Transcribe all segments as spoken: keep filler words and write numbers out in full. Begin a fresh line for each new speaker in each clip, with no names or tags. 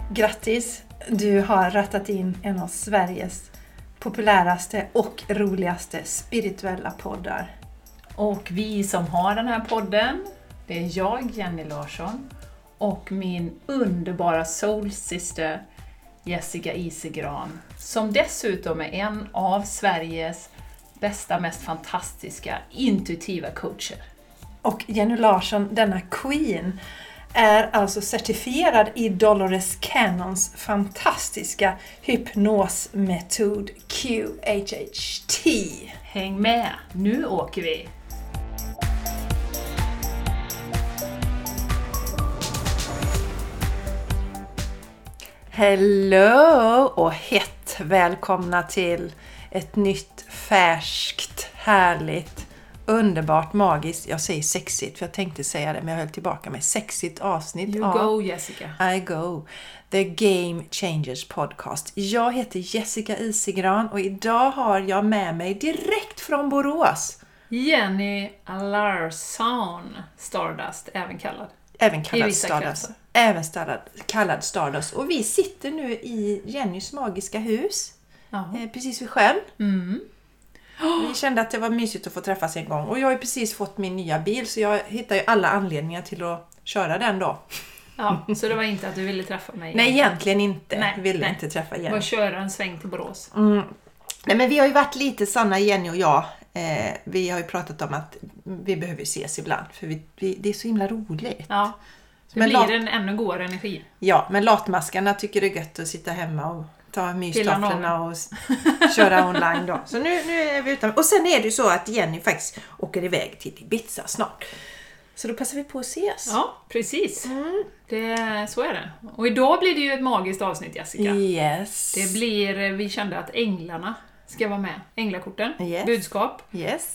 Grattis! Du har rattat in en av Sveriges populäraste och roligaste spirituella poddar.
Och vi som har den här podden, det är jag, Jenny Larsson, och min underbara soul sister Jessica Isegran, som dessutom är en av Sveriges bästa, mest fantastiska, intuitiva coacher.
Och Jenny Larsson, denna queen, är alltså certifierad i Dolores Cannons fantastiska hypnosmetod Q H H T.
Häng med, nu åker vi!
Hello och hett välkomna till ett nytt, färskt, härligt, underbart, magiskt, jag säger sexigt för jag tänkte säga det men jag höll tillbaka med sexigt avsnitt
You
av
go Jessica.
I go, The Game Changers Podcast. Jag heter Jessica Isegran och idag har jag med mig direkt från Borås
Jenny Larsson Stardust, även kallad.
Även kallad Stardust. Även kallad, kallad Stardust. Och vi sitter nu i Jennys magiska hus. Eh, precis vid sjön.
Mm.
Vi kände att det var mysigt att få träffas en gång. Och jag har ju precis fått min nya bil så jag hittar ju alla anledningar till att köra den då.
Ja, så det var inte att du ville träffa mig?
Nej, egentligen inte.
Nej,
jag ville
nej.
inte träffa Jenny.
Bara köra en sväng till Borås.
Mm. Nej, men vi har ju varit lite sanna, Jenny och jag. Eh, vi har ju pratat om att vi behöver ses ibland. För vi, vi, det är så himla roligt.
Ja, det
men
blir
lat-
en ännu godare energi.
Ja, men latmaskarna tycker det är gött att sitta hemma och ta mystafflorna och s- köra online då. Så nu, nu är vi utan. Och sen är det ju så att Jenny faktiskt åker iväg till Ibiza snart. Så då passar vi på att ses.
Ja, precis.
Mm.
Det, så är det. Och idag blir det ju ett magiskt avsnitt, Jessica.
Yes.
Det blir, vi kände att änglarna ska vara med. Änglakorten,
Yes.
budskap.
Yes.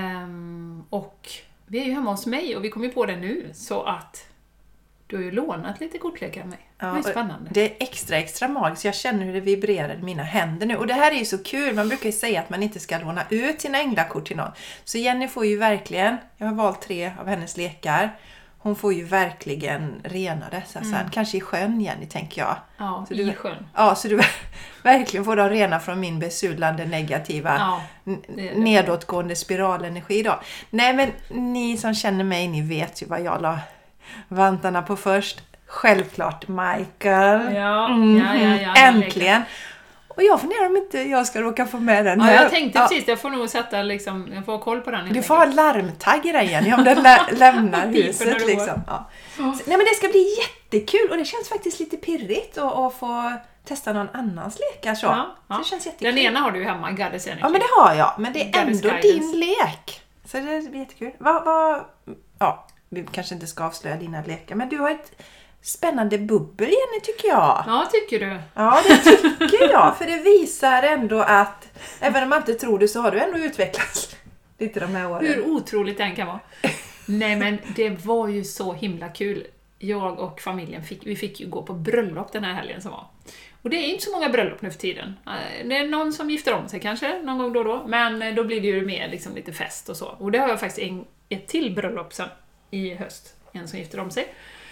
Ehm, och vi är ju hemma hos mig och vi kommer ju på det nu. Så att du har ju lånat lite kortlekar av mig.
Ja,
det är spännande.
Det är extra, extra magiskt. Jag känner hur det vibrerar i mina händer nu. Och det här är ju så kul. Man brukar ju säga att man inte ska låna ut sina änglakort till någon. Så Jenny får ju verkligen, jag har valt tre av hennes lekar. Hon får ju verkligen rena dessa sen. Mm. Kanske i sjön, Jenny, tänker jag.
Ja,
så
i
du,
sjön.
Ja, så du verkligen får dem rena från min besudlande negativa
Ja, det är det.
nedåtgående spiralenergi då. Nej, men ni som känner mig, ni vet ju vad jag la vantarna på först. Självklart Michael.
Ja,
mm.
ja, ja, ja,
Äntligen. Och jag funderar om inte jag ska råka få med den här.
Ja, jag tänkte
ja.
precis, jag får nog sätta liksom, jag får ha koll på den.
Du får ha larmtagg i den igen om den lä- lämnar huset
Piper
liksom. Ja. Så, nej, men det ska bli jättekul och det känns faktiskt lite pirrigt att, att få testa någon annans lekar så.
Ja, ja.
Så det känns jättekul.
Den ena har du ju hemma, Goddess Energy.
Ja, men det har jag. Men det är
Goddess
ändå
Guidance.
din lek. Så det blir jättekul. Vad, vad, ja, vi kanske inte ska avslöja dina lekar, men du har ett spännande bubbel, Jenny, tycker jag.
Ja, tycker du?
Ja, det tycker jag. För det visar ändå att, även om man inte tror det, så har du ändå utvecklats lite de här åren.
Hur otroligt den kan vara. Nej, men det var ju så himla kul. Jag och familjen fick, vi fick ju gå på bröllop den här helgen som var. Och det är inte så många bröllop nu för tiden. Det är någon som gifter om sig kanske, någon gång då och då. Men då blir det ju mer liksom lite fest och så. Och det har jag faktiskt en, ett till bröllop sen i höst. En som gifter om sig.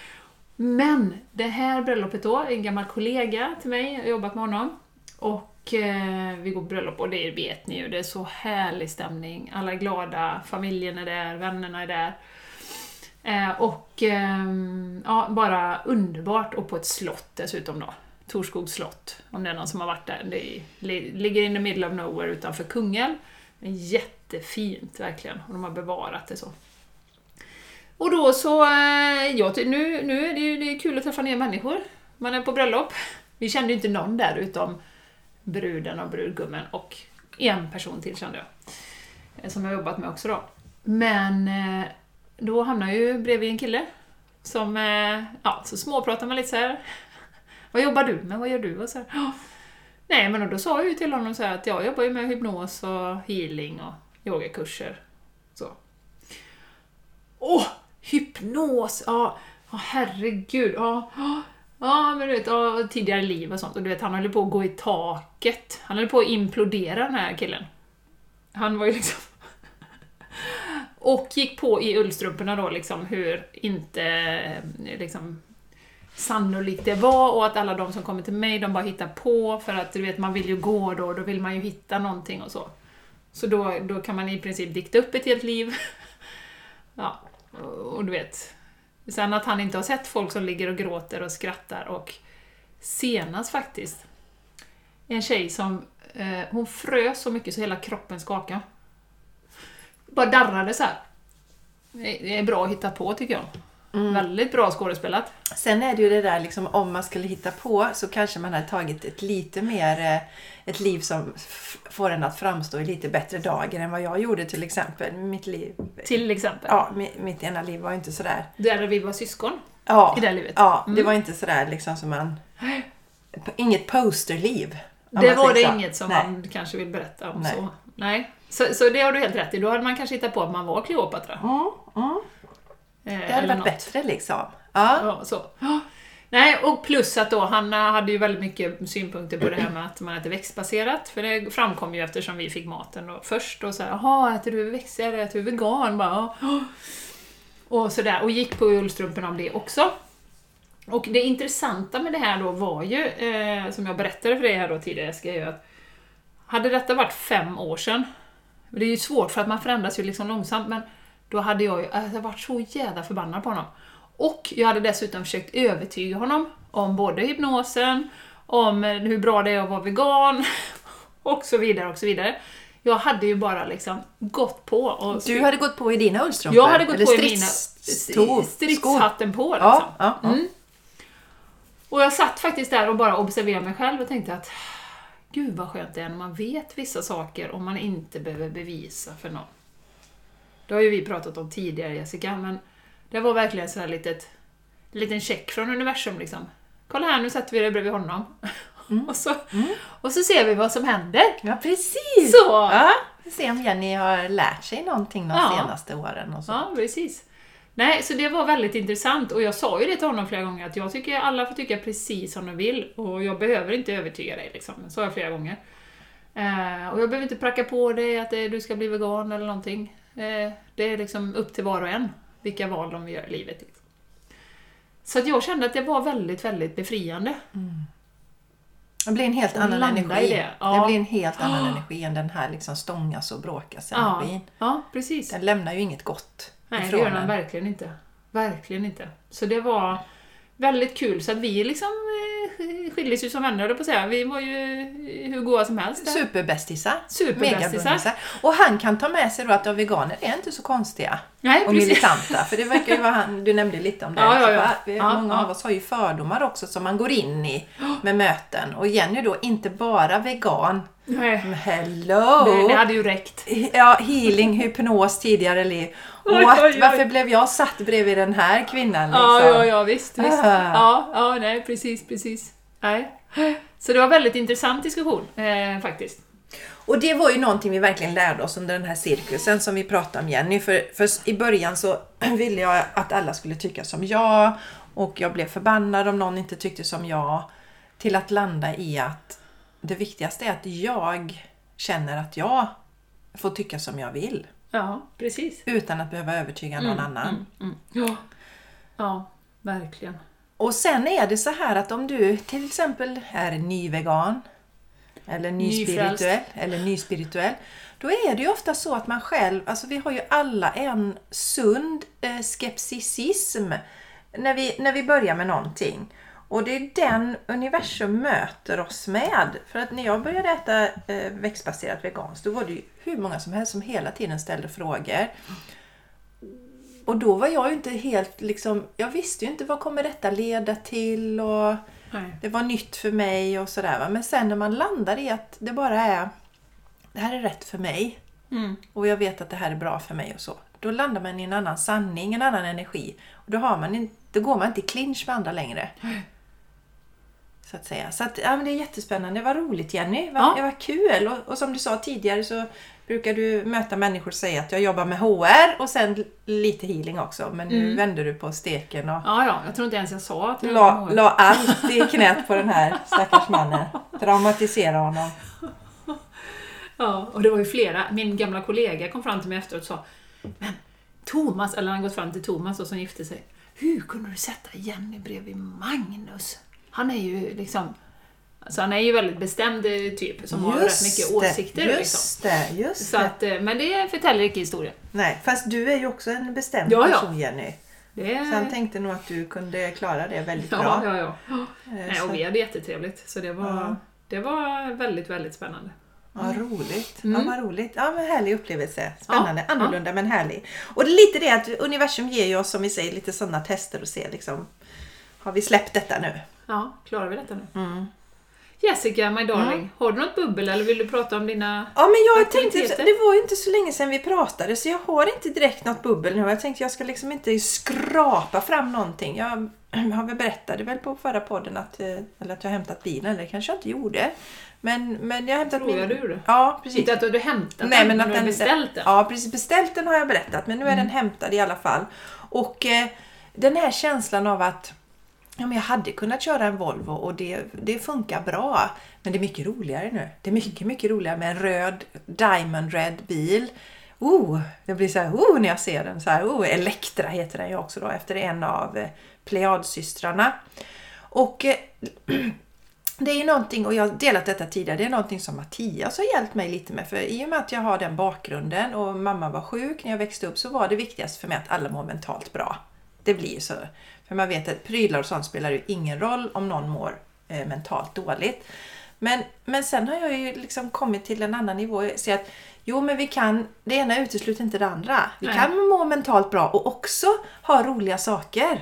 Men det här bröllopet då, en gammal kollega till mig, jag har jobbat med honom. Och eh, vi går på bröllop och det vet ni ju, det är så härlig stämning. Alla är glada, familjen är där, vännerna är där. Eh, och eh, ja, bara underbart och på ett slott dessutom då. Torskogs slott, om det är någon som har varit där. Det är, ligger in the middle of nowhere utanför Kungälv. Jättefint verkligen, och de har bevarat det så. Och då så, ja, nu, nu är det ju det är kul att träffa nya människor. Man är på bröllop. Vi kände ju inte någon där utom bruden och brudgummen och en person till kände jag. Som jag har jobbat med också då. Men då hamnar jag ju bredvid en kille som, ja, så småpratar man lite så här. Vad jobbar du med? Vad gör du? Och så här. Nej, men då sa jag ju till honom så här att jag jobbar ju med hypnos och healing och yogakurser. Så. Åh, hypnos! Ja, oh, herregud. Ja, oh, oh, men du vet, oh, tidigare liv och sånt. Och du vet, han höll på att gå i taket. Han höll på att implodera den här killen. Han var ju liksom... och gick på i ullstrumporna då liksom hur inte liksom sannolikt det var, och att alla de som kommer till mig, de bara hittar på, för att du vet, man vill ju gå då, då vill man ju hitta någonting och så. Så då, då kan man i princip dikta upp ett helt liv. Ja, och, och du vet. Sen att han inte har sett folk som ligger och gråter och skrattar, och senast faktiskt en tjej som eh, hon frös så mycket så hela kroppen skakade. Bara darrade så här. Det är bra att hitta på, tycker jag. Mm. Väldigt bra skådespelat.
Sen är det ju det där liksom, om man skulle hitta på så kanske man hade tagit ett lite mer ett liv som f- får en att framstå i lite bättre dagar än vad jag gjorde till exempel. Mitt liv.
Till exempel.
Ja, mitt, mitt ena liv var inte sådär.
Där vi var syskon.
Ja,
i det livet.
Ja,
mm.
det var inte sådär liksom som man... Inget posterliv.
Det var det
så.
inget som
Nej.
man kanske vill berätta om.
Nej.
Så. Nej. Så, så det har du helt rätt i. Då hade man kanske hittat på att man var Kleopatra.
Mm, mm.
Eh,
det hade varit något. Bättre liksom. Ja.
Ja, så. Nej, och plus att då, han hade ju väldigt mycket synpunkter på det här med att man äter växtbaserat. För det framkom ju eftersom vi fick maten då först. Och så här, jaha, äter du växt eller äter du vegan? Bara, och sådär. Och gick på ullstrumporna om det också. Och det intressanta med det här då var ju, eh, som jag berättade för dig här då tidigare, ska jag, att hade detta varit fem år sedan, det är ju svårt för att man förändras ju liksom långsamt, men då hade jag ju alltså, varit så jävla förbannad på honom. Och jag hade dessutom försökt övertyga honom om både hypnosen, om hur bra det är att vara vegan, och så vidare och så vidare. Jag hade ju bara liksom gått på. Och
du hade gått på i dina ullstrumpor?
Jag hade gått
eller
på
strids-
i mina stridshatten på. Liksom.
Ja, ja, ja.
Mm. Och jag satt faktiskt där och bara observerade mig själv och tänkte att gud vad skönt det är när man vet vissa saker och man inte behöver bevisa för någon. Det har ju vi pratat om tidigare, Jessica, men det var verkligen så här litet, liten check från universum liksom. Kolla här, nu sätter vi det bredvid honom. Mm. och, så, mm. och så ser vi vad som händer.
Ja, precis.
Så.
Ja, se om Jenny har lärt sig någonting de
ja.
senaste åren. Och så.
Ja, precis. Nej, så det var väldigt intressant, och jag sa ju det till honom flera gånger att jag tycker alla får tycka precis som de vill och jag behöver inte övertyga dig liksom, så sa jag flera gånger. Eh, och jag behöver inte pracka på dig att eh, du ska bli vegan eller någonting. Eh, det är liksom upp till var och en vilka val de gör i livet. Liksom. Så att jag kände att det var väldigt, väldigt befriande.
Mm. Det blir en helt annan energi.
Det. Ja.
det blir en helt annan energi än den här liksom stångas och bråkas energin.
Ja. Ja, precis.
Den lämnar ju inget gott.
Nej, det gör den verkligen inte. Verkligen inte. Så det var väldigt kul. Så att vi liksom eh, skildes ju som vänner, på att säga. Vi var ju hur goda som helst. Där.
Superbästisar.
Superbästisar.
Och han kan ta med sig då att de veganer är inte så konstiga.
Nej,
och
precis.
Militanta. För det verkar ju vara han, du nämnde lite om det.
Ja, ja, ja.
Vi,
ja,
många
ja.
av oss har ju fördomar också som man går in i med möten. Och Jenny då inte bara vegan.
Nej.
Hello!
Det, det hade ju räckt.
Ja, healing, hypnos, tidigare liv.
Oj,
What?
oj, oj.
Varför blev jag satt bredvid den här kvinnan? Liksom?
Ja, ja, ja, visst. visst.
Ah.
Ja, ja, nej, precis, precis. Nej. Så det var en väldigt intressant diskussion, eh, faktiskt.
Och det var ju någonting vi verkligen lärde oss under den här cirkusen som vi pratade om, Jenny. För, för i början så ville jag att alla skulle tycka som jag. Och jag blev förbannad om någon inte tyckte som jag. Till att landa i att det viktigaste är att jag känner att jag får tycka som jag vill.
Ja, precis.
Utan att behöva övertyga någon
mm,
annan.
Mm, mm. Ja. Ja, verkligen.
Och sen är det så här att om du till exempel är nyvegan eller nyspirituell eller nyspirituell, då är det ju ofta så att man själv, alltså vi har ju alla en sund eh, skepticism när vi, när vi börjar med någonting. Och det är den universum möter oss med. För att när jag började äta eh, växtbaserat veganskt, då var det ju hur många som helst som hela tiden ställde frågor. Och då var jag ju inte helt liksom, jag visste ju inte vad kommer detta leda till och
Nej.
det var nytt för mig och sådär. Va? Men sen när man landar i att det bara är, det här är rätt för mig
Mm.
och jag vet att det här är bra för mig och så. Då landar man i en annan sanning, en annan energi. Och då, har man inte, då går man inte i clinch med andra längre.
Mm.
Så att säga. Så att, ja, men det är jättespännande. Det var roligt, Jenny. Det var,
Ja.
det var kul. Och, och som du sa tidigare så brukar du möta människor och säga att jag jobbar med H R och sen lite healing också. Men nu
Mm.
vänder du på steken och
Ja, ja, jag tror inte ens jag sa att jag
la,
var
la allt i knät på den här stackars mannen. Traumatisera honom.
Ja, och det var ju flera. Min gamla kollega kom fram till mig efteråt och sa, men Thomas, eller han gått fram till Thomas och som gifte sig. hur kunde du sätta Jenny bredvid Magnus? Han är ju liksom... Alltså han är ju väldigt bestämd typ som just har rätt mycket
det,
åsikter.
Just
liksom.
det, just
Så att, men det förtäller inte historien.
Nej, fast du är ju också en bestämd
ja, ja.
person, Jenny.
Det...
Så han tänkte nog att du kunde klara det väldigt
ja,
bra.
Ja, ja, ja. Nej, och vi hade jättetrevligt. Så det var, ja. det var väldigt, väldigt spännande.
Ja, roligt.
Mm.
Ja, vad roligt. Ja, men härlig upplevelse. Spännande,
ja,
annorlunda
ja.
men härlig. Och det är lite det att universum ger ju oss, som vi säger, lite sådana tester och se liksom, har vi släppt detta nu?
Ja, klarar vi detta nu?
Mm.
Jessica, my darling, mm. har du något bubbel eller vill du prata om dina
Ja, men jag tänkte, det var ju inte så länge sedan vi pratade så jag har inte direkt något bubbel nu. Jag tänkte jag ska liksom inte skrapa fram någonting. Jag har väl berättade väl på förra podden att, eller att jag hämtat bilen, det kanske jag inte gjorde. Men, men jag har hämtat
min...
min...
du?
Ja, precis.
Inte att du har hämtat
Nej,
den,
men
att
att
du har
den,
beställt den.
Ja, precis. Beställt den har jag berättat, men nu är mm. den hämtad i alla fall. Och eh, den här känslan av att ja, men jag hade kunnat köra en Volvo och det, det funkar bra. Men det är mycket roligare nu. Det är mycket, mycket roligare med en röd Diamond Red bil. Oh, det blir så här, oh, när jag ser den så här. Oh, Elektra heter den ju också då, efter en av eh, Plejadsystrarna. Och eh, det är någonting, och jag har delat detta tidigare, det är någonting som Mattias har hjälpt mig lite med. För i och med att jag har den bakgrunden och mamma var sjuk när jag växte upp, så var det viktigast för mig att alla mår mentalt bra. Det blir så. För man vet att prylar och sånt spelar ju ingen roll om någon mår eh, mentalt dåligt. Men, men sen har jag ju liksom kommit till en annan nivå och säger att jo, men vi kan, det ena utesluter inte det andra. Vi Nej. kan må mentalt bra och också ha roliga saker.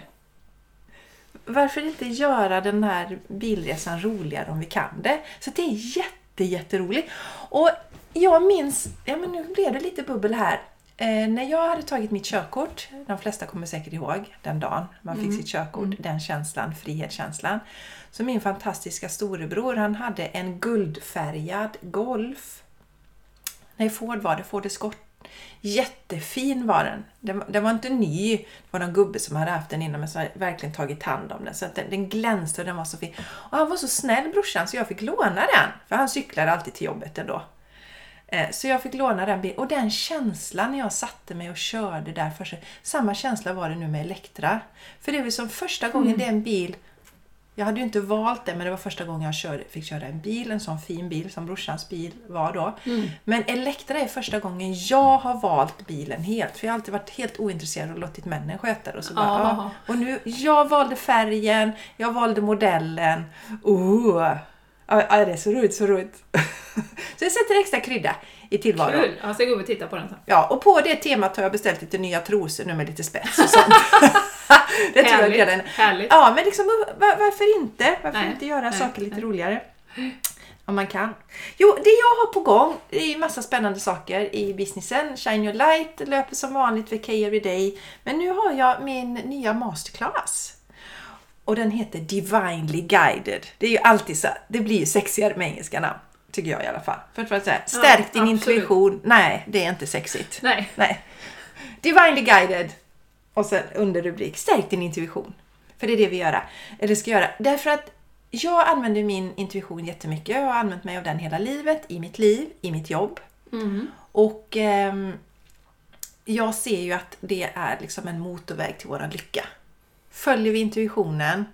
Varför inte göra den här bilresan roligare om vi kan det? Så det är jätte, jätteroligt. Och jag minns, ja men nu blev det lite bubbel här. Eh, när jag hade tagit mitt körkort, de flesta kommer säkert ihåg den dagen man fick mm. sitt körkort, mm. den känslan, frihetskänslan. Så min fantastiska storebror, han hade en guldfärgad Golf. Nej, Ford var det, Ford Escort. Jättefin var den. Den, den var inte ny. Det var någon gubbe som hade haft den innan, men som hade verkligen tagit hand om den. Så att den, den glänste och den var så fin. Och han var så snäll, brorsan, så jag fick låna den. För han cyklade alltid till jobbet ändå. Så jag fick låna den bilen. Och den känslan när jag satte mig och körde där för sig. Samma känsla var det nu med Elektra. För det var som första gången mm. det är en bil. Jag hade ju inte valt det, men det var första gången jag körde, fick köra en bil. En sån fin bil som brorsans bil var då. Mm. Men Elektra är första gången jag har valt bilen helt. För jag har alltid varit helt ointresserad och låtit männen sköta det. Och, så bara, ah. och nu, jag valde färgen. Jag valde modellen. Oh. Ja, det är så roligt, så roligt. Så jag sätter extra krydda i tillvaron.
Kul, jag ska gå och titta på den sen.
Ja, och på det temat har jag beställt lite nya trosor nu med lite spets och sånt. Det tror jag redan.
Härligt.
Ja, men liksom, var, varför inte? Varför
nej,
inte göra
nej,
saker lite
nej.
roligare? Om man kan. Jo, det jag har på gång, det är massa spännande saker i businessen. Shine Your Light löper som vanligt för K Everyday. Men nu har jag min nya masterclass. Och den heter Divinely Guided. Det är ju alltid så, det blir ju sexigare med engelska namn. Tycker jag i alla fall. För att säga, stärk ja, din absolut. intuition. Nej, det är inte sexigt.
Nej.
Nej. Divinely Guided. Och sen under rubrik, stärk din intuition. För det är det vi gör. Eller ska göra. Därför att jag använder min intuition jättemycket. Jag har använt mig av den hela livet. I mitt liv, i mitt jobb. Mm. Och eh, jag ser ju att det är liksom en motorväg till våran lycka. Följer vi intuitionen,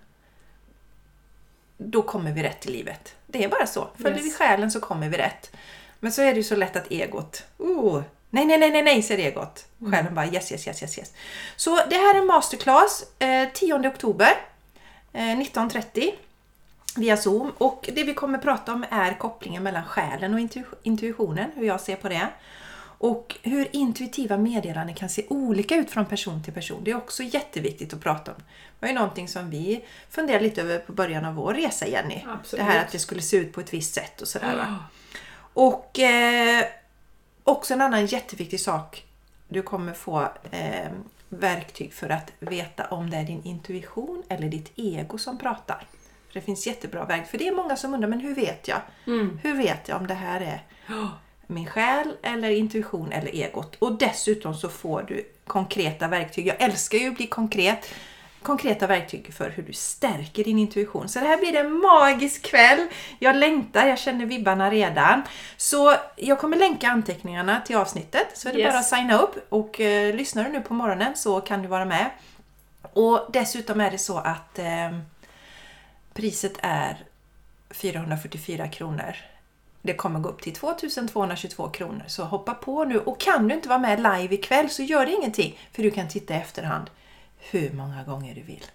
då kommer vi rätt i livet. Det är bara så. Följer yes. vi själen så kommer vi rätt. Men så är det ju så lätt att egot, oh, nej, nej, nej, nej, nej, säger egot. Själen mm. bara yes, yes, yes, yes, yes. Så det här är en masterclass eh, tionde oktober eh, nitton trettio via Zoom. Och det vi kommer prata om är kopplingen mellan själen och intu- intuitionen, hur jag ser på det. Och hur intuitiva meddelanden kan se olika ut från person till person. Det är också jätteviktigt att prata om. Det var ju någonting som vi funderade lite över på början av vår resa, Jenny.
Absolut.
Det här att det skulle se ut på ett visst sätt och sådär. Va? Och eh, också en annan jätteviktig sak. Du kommer få eh, verktyg för att veta om det är din intuition eller ditt ego som pratar. För det finns jättebra verktyg. För det är många som undrar, men hur vet jag? Mm. Hur vet jag om det här är min själ eller intuition eller egot? Och dessutom så får du konkreta verktyg. Jag älskar ju att bli konkret. Konkreta verktyg för hur du stärker din intuition. Så det här blir en magisk kväll. Jag längtar, jag känner vibbarna redan. Så jag kommer länka anteckningarna till avsnittet. Så är det yes. bara att signa upp. Och eh, lyssnar du nu på morgonen så kan du vara med. Och dessutom är det så att eh, priset är fyrahundrafyrtiofyra kronor. Det kommer gå upp till tvåtusen tvåhundratjugotvå kronor. Så hoppa på nu. Och kan du inte vara med live ikväll så gör det ingenting. För du kan titta i efterhand hur många gånger du vill.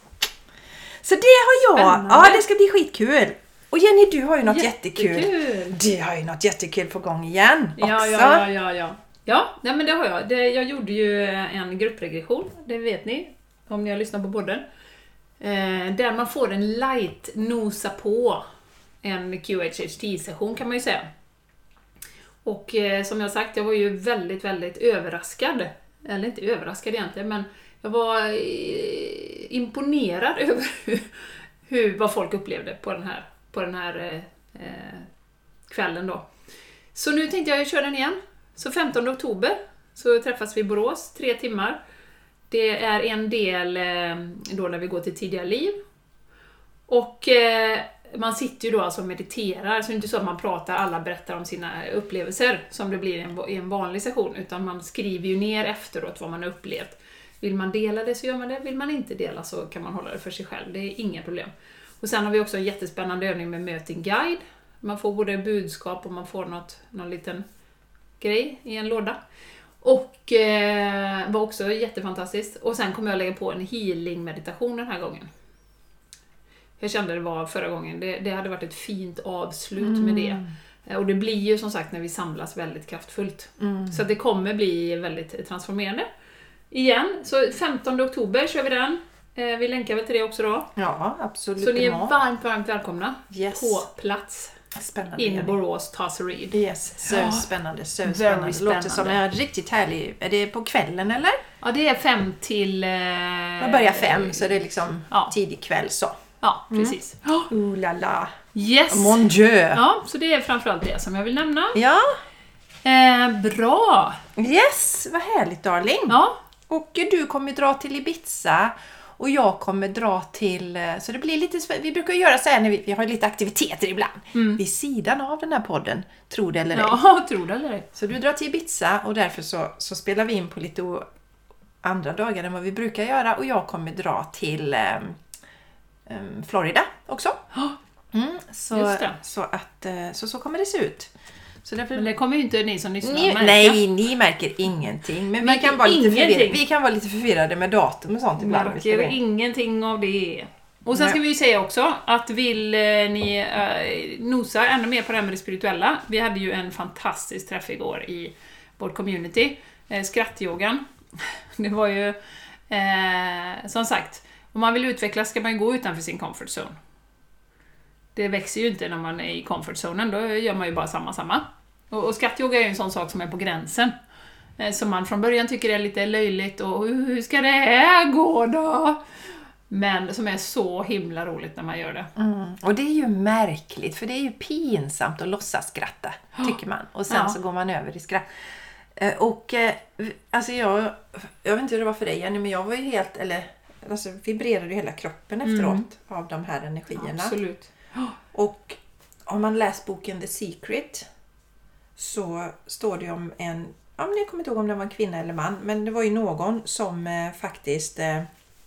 Så det har jag.
Spännande.
Ja, det ska bli skitkul. Och Jenny, du har ju något
Jättekul.
jättekul. Du har ju något jättekul på gång igen också.
Ja, ja, ja, ja. Ja, nej, men det har jag. Det, jag gjorde ju en gruppregression, det vet ni, om ni har lyssnat på podden. Eh, där man får en light nosa på en Q H H T-session kan man ju säga. Och eh, som jag sagt, jag var ju väldigt, väldigt överraskad. Eller inte överraskad egentligen, men jag var eh, imponerad över hur, hur, vad folk upplevde på den här, på den här eh, kvällen då. Så nu tänkte jag köra den igen. Så femtonde oktober så träffas vi i Borås, tre timmar. Det är en del eh, då när vi går till tidiga liv. Och eh, man sitter ju då alltså och mediterar, så det är inte så att man pratar, alla berättar om sina upplevelser som det blir i en, i en vanlig session, utan man skriver ju ner efteråt vad man har upplevt. Vill man dela det så gör man det, vill man inte dela så kan man hålla det för sig själv, det är inga problem. Och sen har vi också en jättespännande övning med möting guide. Man får både budskap och man får något, någon liten grej i en låda. Och eh, var också jättefantastiskt. Och sen kommer jag lägga på en healing meditation den här gången. Jag kände det var förra gången. Det, det hade varit ett fint avslut mm. med det. Och det blir ju som sagt när vi samlas väldigt kraftfullt. Mm. Så det kommer bli väldigt transformerande. Igen, så femtonde oktober kör vi den. Eh, vi länkar väl till det också då.
Ja, absolut.
Så ni är varmt, varmt välkomna
yes.
på plats.
Spännande.
In Borås, Tasserid.
Yes, så
ja.
spännande, så
Very
spännande. Det
spännande.
låter som en riktigt härlig. Är det på kvällen eller?
Ja, det är fem till... Eh,
Man börjar fem, så det är liksom ja. tidig kväll så.
Ja, precis.
Mm. Oh la la.
Yes.
Mon Dieu.
Ja, så det är framförallt det som jag vill nämna.
Ja.
Eh, bra.
Yes, vad härligt darling.
Ja.
Och du kommer dra till Ibiza. Och jag kommer dra till, så det blir lite, vi brukar göra så här när vi, vi har lite aktiviteter ibland. Mm. Vid sidan av den här podden, tror det eller ej.
Ja, tror det eller ej.
Så du drar till Ibiza och därför så, så spelar vi in på lite andra dagar än vad vi brukar göra. Och jag kommer dra till um, Florida också. Mm, så,
Just det.
Så, att, så, så kommer det se ut. Så därför...
Men det kommer ju inte ni som lyssnar
ni,
märka.
Nej, ni märker ingenting. Men vi kan, vara lite förvirrade, vi kan vara lite förvirrade med datum och sånt ibland.
Vi märker ingenting av det. Och sen ska vi ju säga också att vill eh, ni eh, nosa ännu mer på det här med det spirituella. Vi hade ju en fantastisk träff igår i vårt community. Eh, skrattyogan. Det var ju eh, som sagt, om man vill utvecklas ska man gå utanför sin comfort zone. Det växer ju inte när man är i comfort zonen, då gör man ju bara samma samma. Och, och skrattyoga är ju en sån sak som är på gränsen. Eh, som man från början tycker är lite löjligt och hur ska det här gå då? Men som är så himla roligt när man gör det.
Mm. Och det är ju märkligt, för det är ju pinsamt att låtsas skratta, tycker man. Och sen ja. så går man över i skratt. Eh, och eh, alltså jag, jag vet inte hur det var för dig Jenny, men jag var ju helt, eller alltså vibrerade ju hela kroppen efteråt mm. av de här energierna.
Absolut.
Och om man läst boken The Secret så står det om en, ja men jag kommer inte ihåg om det var en kvinna eller man, men det var ju någon som eh, faktiskt eh,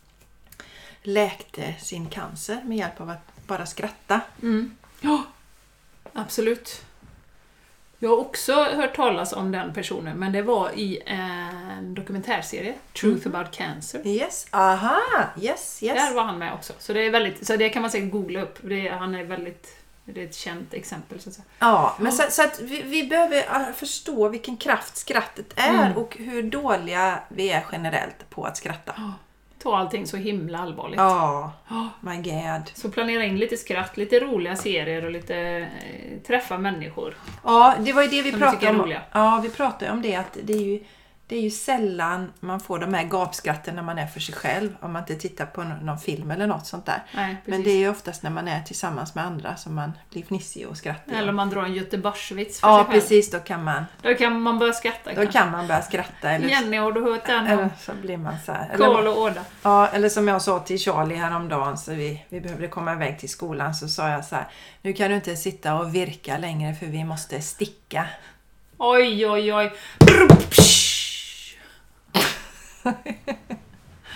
läkte sin cancer med hjälp av att bara skratta.
Mm. Ja, absolut. Jag har också hört talas om den personen, men det var i en dokumentärserie, Truth mm. about Cancer.
Yes, aha, yes, yes.
Där var han med också. Så det är väldigt, så det kan man säkert googla upp. Det är, han är väldigt, det är ett känt exempel så att säga.
Ja, men så, så att vi, vi behöver förstå vilken kraft skrattet är mm. och hur dåliga vi är generellt på att skratta.
Ja. Ta allting så himla allvarligt.
Ja, oh, my god.
Så planera in lite skratt, lite roliga serier och lite eh, träffa människor.
Ja, det var ju det vi
som
pratade om. Ja, vi pratade om det att det är ju det är ju sällan man får de här gapskratten när man är för sig själv, om man inte tittar på någon film eller något sånt där.
Nej,
men det är ju oftast när man är tillsammans med andra som man blir fnissig och skrattar.
Eller man drar en göteborgsvits för
ja,
sig själv.
Ja, precis, då kan man
Då kan man börja skratta.
Då
kanske.
kan man börja skratta. Eller,
Jenny, har du hört den?
Eller så blir man så här.
Karl och Åda.
Ja, eller som jag sa till Charlie häromdagen, så vi, vi behövde komma iväg till skolan, så sa jag så här: nu kan du inte sitta och virka längre för vi måste sticka.
Oj, oj, oj. Ja,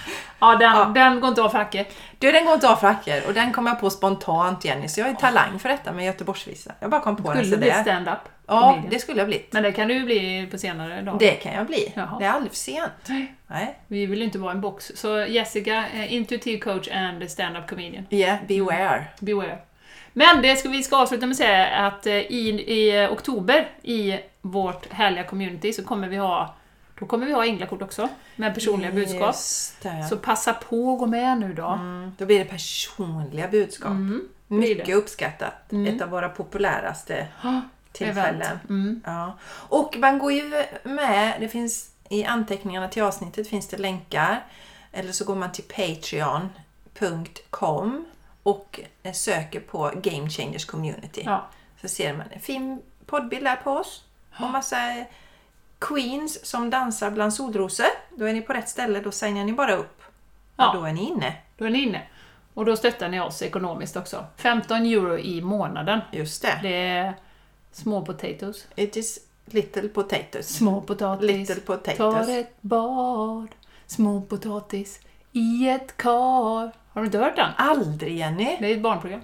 Ja, den,
Ja.
den går inte av fracker.
Du, den går inte av fracker. Och den kom jag på spontant, Jenny. Så jag har ju talang för detta med Göteborgsvisa. Jag bara kom på den.
Skulle
Så
bli
det.
stand-up.
Ja,
comedian.
det skulle jag blivit.
Men det kan du bli på senare dag.
Det kan jag bli.
Jaha.
Det är aldrig för sent.
Nej.
Nej.
Vi vill ju inte vara en box. Så Jessica, eh, intuitive coach and stand-up comedian.
Yeah, beware.
Beware. Men det ska vi ska avsluta med att säga att eh, i, i oktober i vårt härliga community så kommer vi ha då kommer vi ha änglakort också med personliga budskap.
Just det.
Så passa på att gå med nu då.
Mm, då blir det personliga budskap.
Mm, blir
Mycket
det.
uppskattat.
Mm.
Ett av våra populäraste
Ah,
tillfällen.
event. Mm.
Ja. Och man går ju med, det finns i anteckningarna till avsnittet finns det länkar. Eller så går man till patreon punkt com och söker på Game Changers Community.
Ja.
Så ser man en fin poddbild där på oss. Och massa queens som dansar bland solrosor. Då är ni på rätt ställe, då signar ni bara upp.
Ja.
Och då är ni inne.
Då är ni inne. Och då stöttar ni oss ekonomiskt också. femton euro i månaden.
Just det.
Det är små potatoes.
It is little potatoes.
Små potatis.
Little potatoes.
Tar ett bad. Små potatis i ett kar. Har du inte hört den?
Aldrig, Jenny.
Det är ett barnprogram.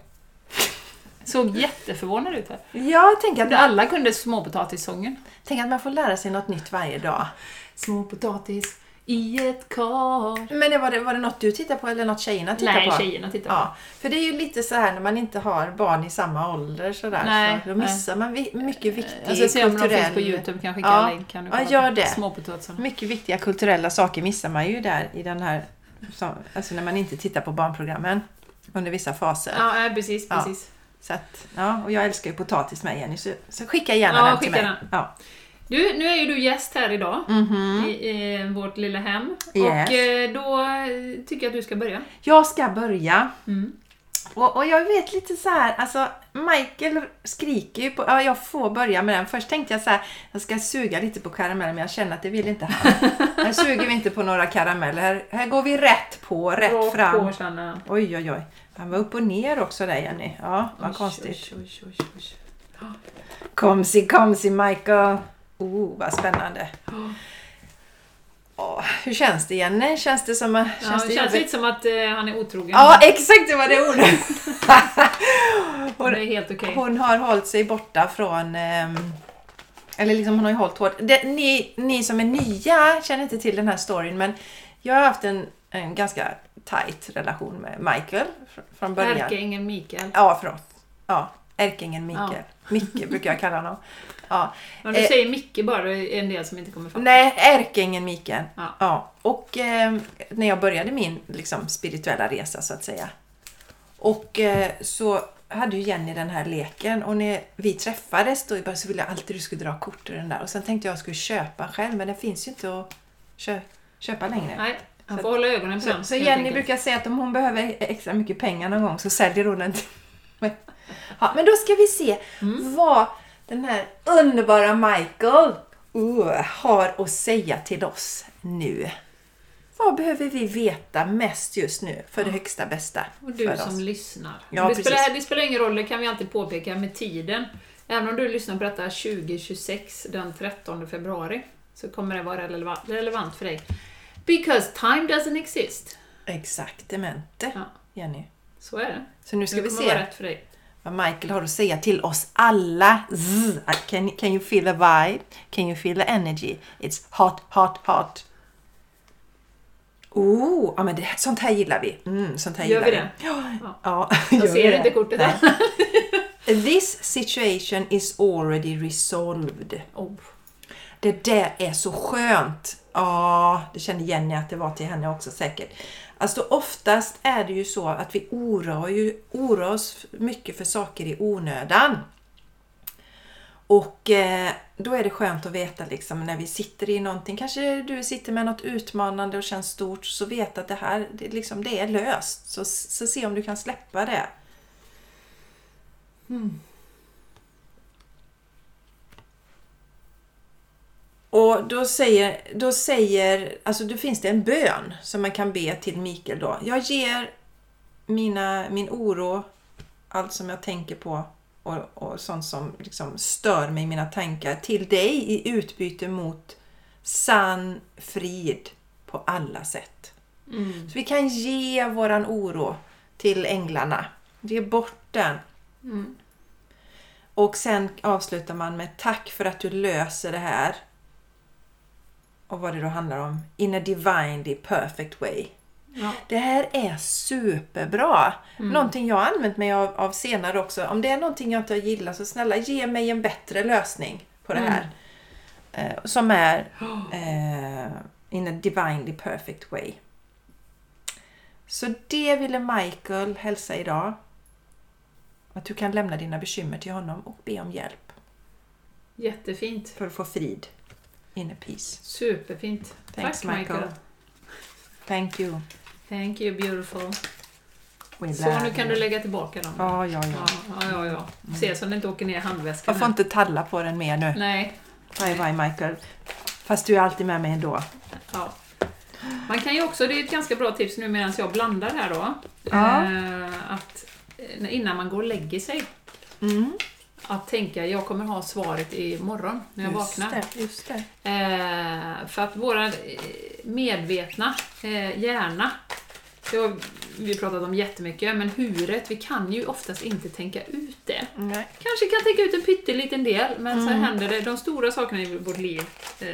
Såg jätteförvånad ut här.
Jag tänker att,
Alla kunde småpotatissången.
tänk att man får lära sig något nytt varje dag.
Små potatis i ett kar.
Men det var, det, var det något du tittar på eller något tjejerna tittar
Nej,
på?
tjejerna tittar på.
Ja, för det är ju lite så här när man inte har barn i samma ålder sådär,
Nej,
så då missar man vi, mycket viktig
Jag ska se om de
kulturell...
finns på YouTube, kan jag skicka
Ja.
en länk. Kan du
Ja,
kolla
gör
på
det.
Småpotatisarna.
Mycket viktiga kulturella saker missar man ju där i den här, som, alltså när man inte tittar på barnprogrammen under vissa faser.
Ja, äh, precis,
Ja.
precis.
Så att, ja, och jag älskar ju potatis med, Jenny, så, så skicka gärna
Ja,
den till
skicka
mig.
den.
Ja.
Du, nu är ju du gäst här idag
Mhm.
i, i vårt lilla hem.
Yes.
Och eh, då eh, tycker jag att du ska börja.
Jag ska börja.
Mm.
Och, och jag vet lite så här, alltså Michael skriker ju på, ja jag får börja med den. Först tänkte jag så här, jag ska suga lite på karameller, men jag känner att det vill inte han. Här suger vi inte på några karameller, här, här går vi rätt på, rätt
Rakt
fram.
på, känna.
Oj oj oj, han var upp och ner också där, Jenny. Ja, vad
Oj,
konstigt.
oj, oj, oj, oj.
Komsi, komsi Michael. Oh, vad spännande. Åh, hur känns det, Jenny? Känns det som...
Ja,
Känns
det
det
känns
jobbigt?
lite som att eh, han är otrogen.
Ja, exakt, det var det ordet.
Och det är helt okej.
Hon har hållit sig borta från... ehm, eller liksom hon har ju hållit hårt. Det, ni, ni som är nya känner inte till den här storyn, men jag har haft en, en ganska tight relation med Michael fr- från början.
Ärkeängeln Mikael.
Ja, förlåt. Ja, Ärkeängeln Mikael. Micke brukar jag kalla honom. Ja.
Om du
Eh,
säger Micke bara, det är en del som inte kommer fram.
Nej, Ärkeängeln Mikael.
Ja.
Ja. Och eh, när jag började min liksom, spirituella resa så att säga. Och eh, så hade ju Jenny den här leken. Och när vi träffades då i början så ville jag alltid att du skulle dra kort ur den där. Och sen tänkte jag att jag skulle köpa själv. Men den finns ju inte att kö- köpa längre.
Nej, han
Så-
får hålla ögonen på
Så,
den.
så
helt
Jenny
enkelt.
brukar säga att om hon behöver extra mycket pengar någon gång så säljer hon den till mig. Ja, men då ska vi se
Mm.
vad den här underbara Michael uh, har att säga till oss nu. Vad behöver vi veta mest just nu för det högsta bästa
Och du
för
som
oss?
lyssnar.
Ja,
det,
precis.
spelar, det spelar ingen roll, det kan vi alltid påpeka med tiden. Även om du lyssnar på detta tjugo tjugosex den trettonde februari så kommer det vara relevant, relevant för dig. Because time doesn't exist.
Exaktamente,
Ja.
Jenny.
Så är det.
Så nu ska
Det
vi
kommer vara
se
rätt för dig.
vad Michael har att säga till oss alla. Zzz. Can, can you feel the vibe? Can you feel the energy? It's hot, hot, hot. Oh, ja men det, sånt här gillar vi. Mm, sånt här
Gör
gillar
vi det?
Ja,
Ja.
ja
Jag
gör vi
ser
det?
inte kortet
Nej.
här.
This situation is already resolved.
Oh.
Det där är så skönt. Ja, det kände Jenny att det var till henne också säkert. Alltså oftast är det ju så att vi oroar, ju, oroar oss mycket för saker i onödan. Och eh, då är det skönt att veta liksom när vi sitter i någonting, kanske du sitter med något utmanande och känns stort, så vet att det här det, liksom, det är löst. Så, så se om du kan släppa det.
Mm.
Och då säger, då säger, alltså då finns det en bön som man kan be till Mikael då. Jag ger mina, min oro, allt som jag tänker på och, och sånt som liksom stör mig i mina tankar till dig i utbyte mot sann frid på alla sätt.
Mm.
Så vi kan ge våran oro till änglarna. Ge bort den.
Mm.
Och sen avslutar man med tack för att du löser det här. Och vad det då handlar om. In a divinely perfect way.
Ja.
Det här är superbra.
Mm.
Någonting jag har använt mig av, av senare också. Om det är någonting jag inte gillar så snälla ge mig en bättre lösning på det här. Mm. Eh, som är eh, in a divinely perfect way. Så det ville Michael hälsa idag. Att du kan lämna dina bekymmer till honom och be om hjälp.
Jättefint.
För att få frid. Inner peace.
Superfint.
Thanks,
Tack
Michael.
Michael.
Thank you.
Thank you, beautiful.
We
Så nu kan du lägga tillbaka dem.
Ja, ja, ja.
Ja, ja, ja. Se så den inte åker ner i handväskan.
Jag får inte talla på den mer nu.
Nej.
Bye bye Michael. Fast du är alltid med mig ändå.
Ja. Man kan ju också, det är ett ganska bra tips nu medan jag blandar här då.
Ja.
Eh, att innan man går och lägger sig.
Mm.
Att tänka, jag kommer ha svaret imorgon när jag
Just
vaknar.
det, just det.
Eh, för att våra medvetna eh, hjärna, det har vi pratat om jättemycket, men huret, vi kan ju oftast inte tänka ut det.
Nej.
Kanske kan tänka ut en pytteliten del, men
Mm.
så händer det, de stora sakerna i vårt liv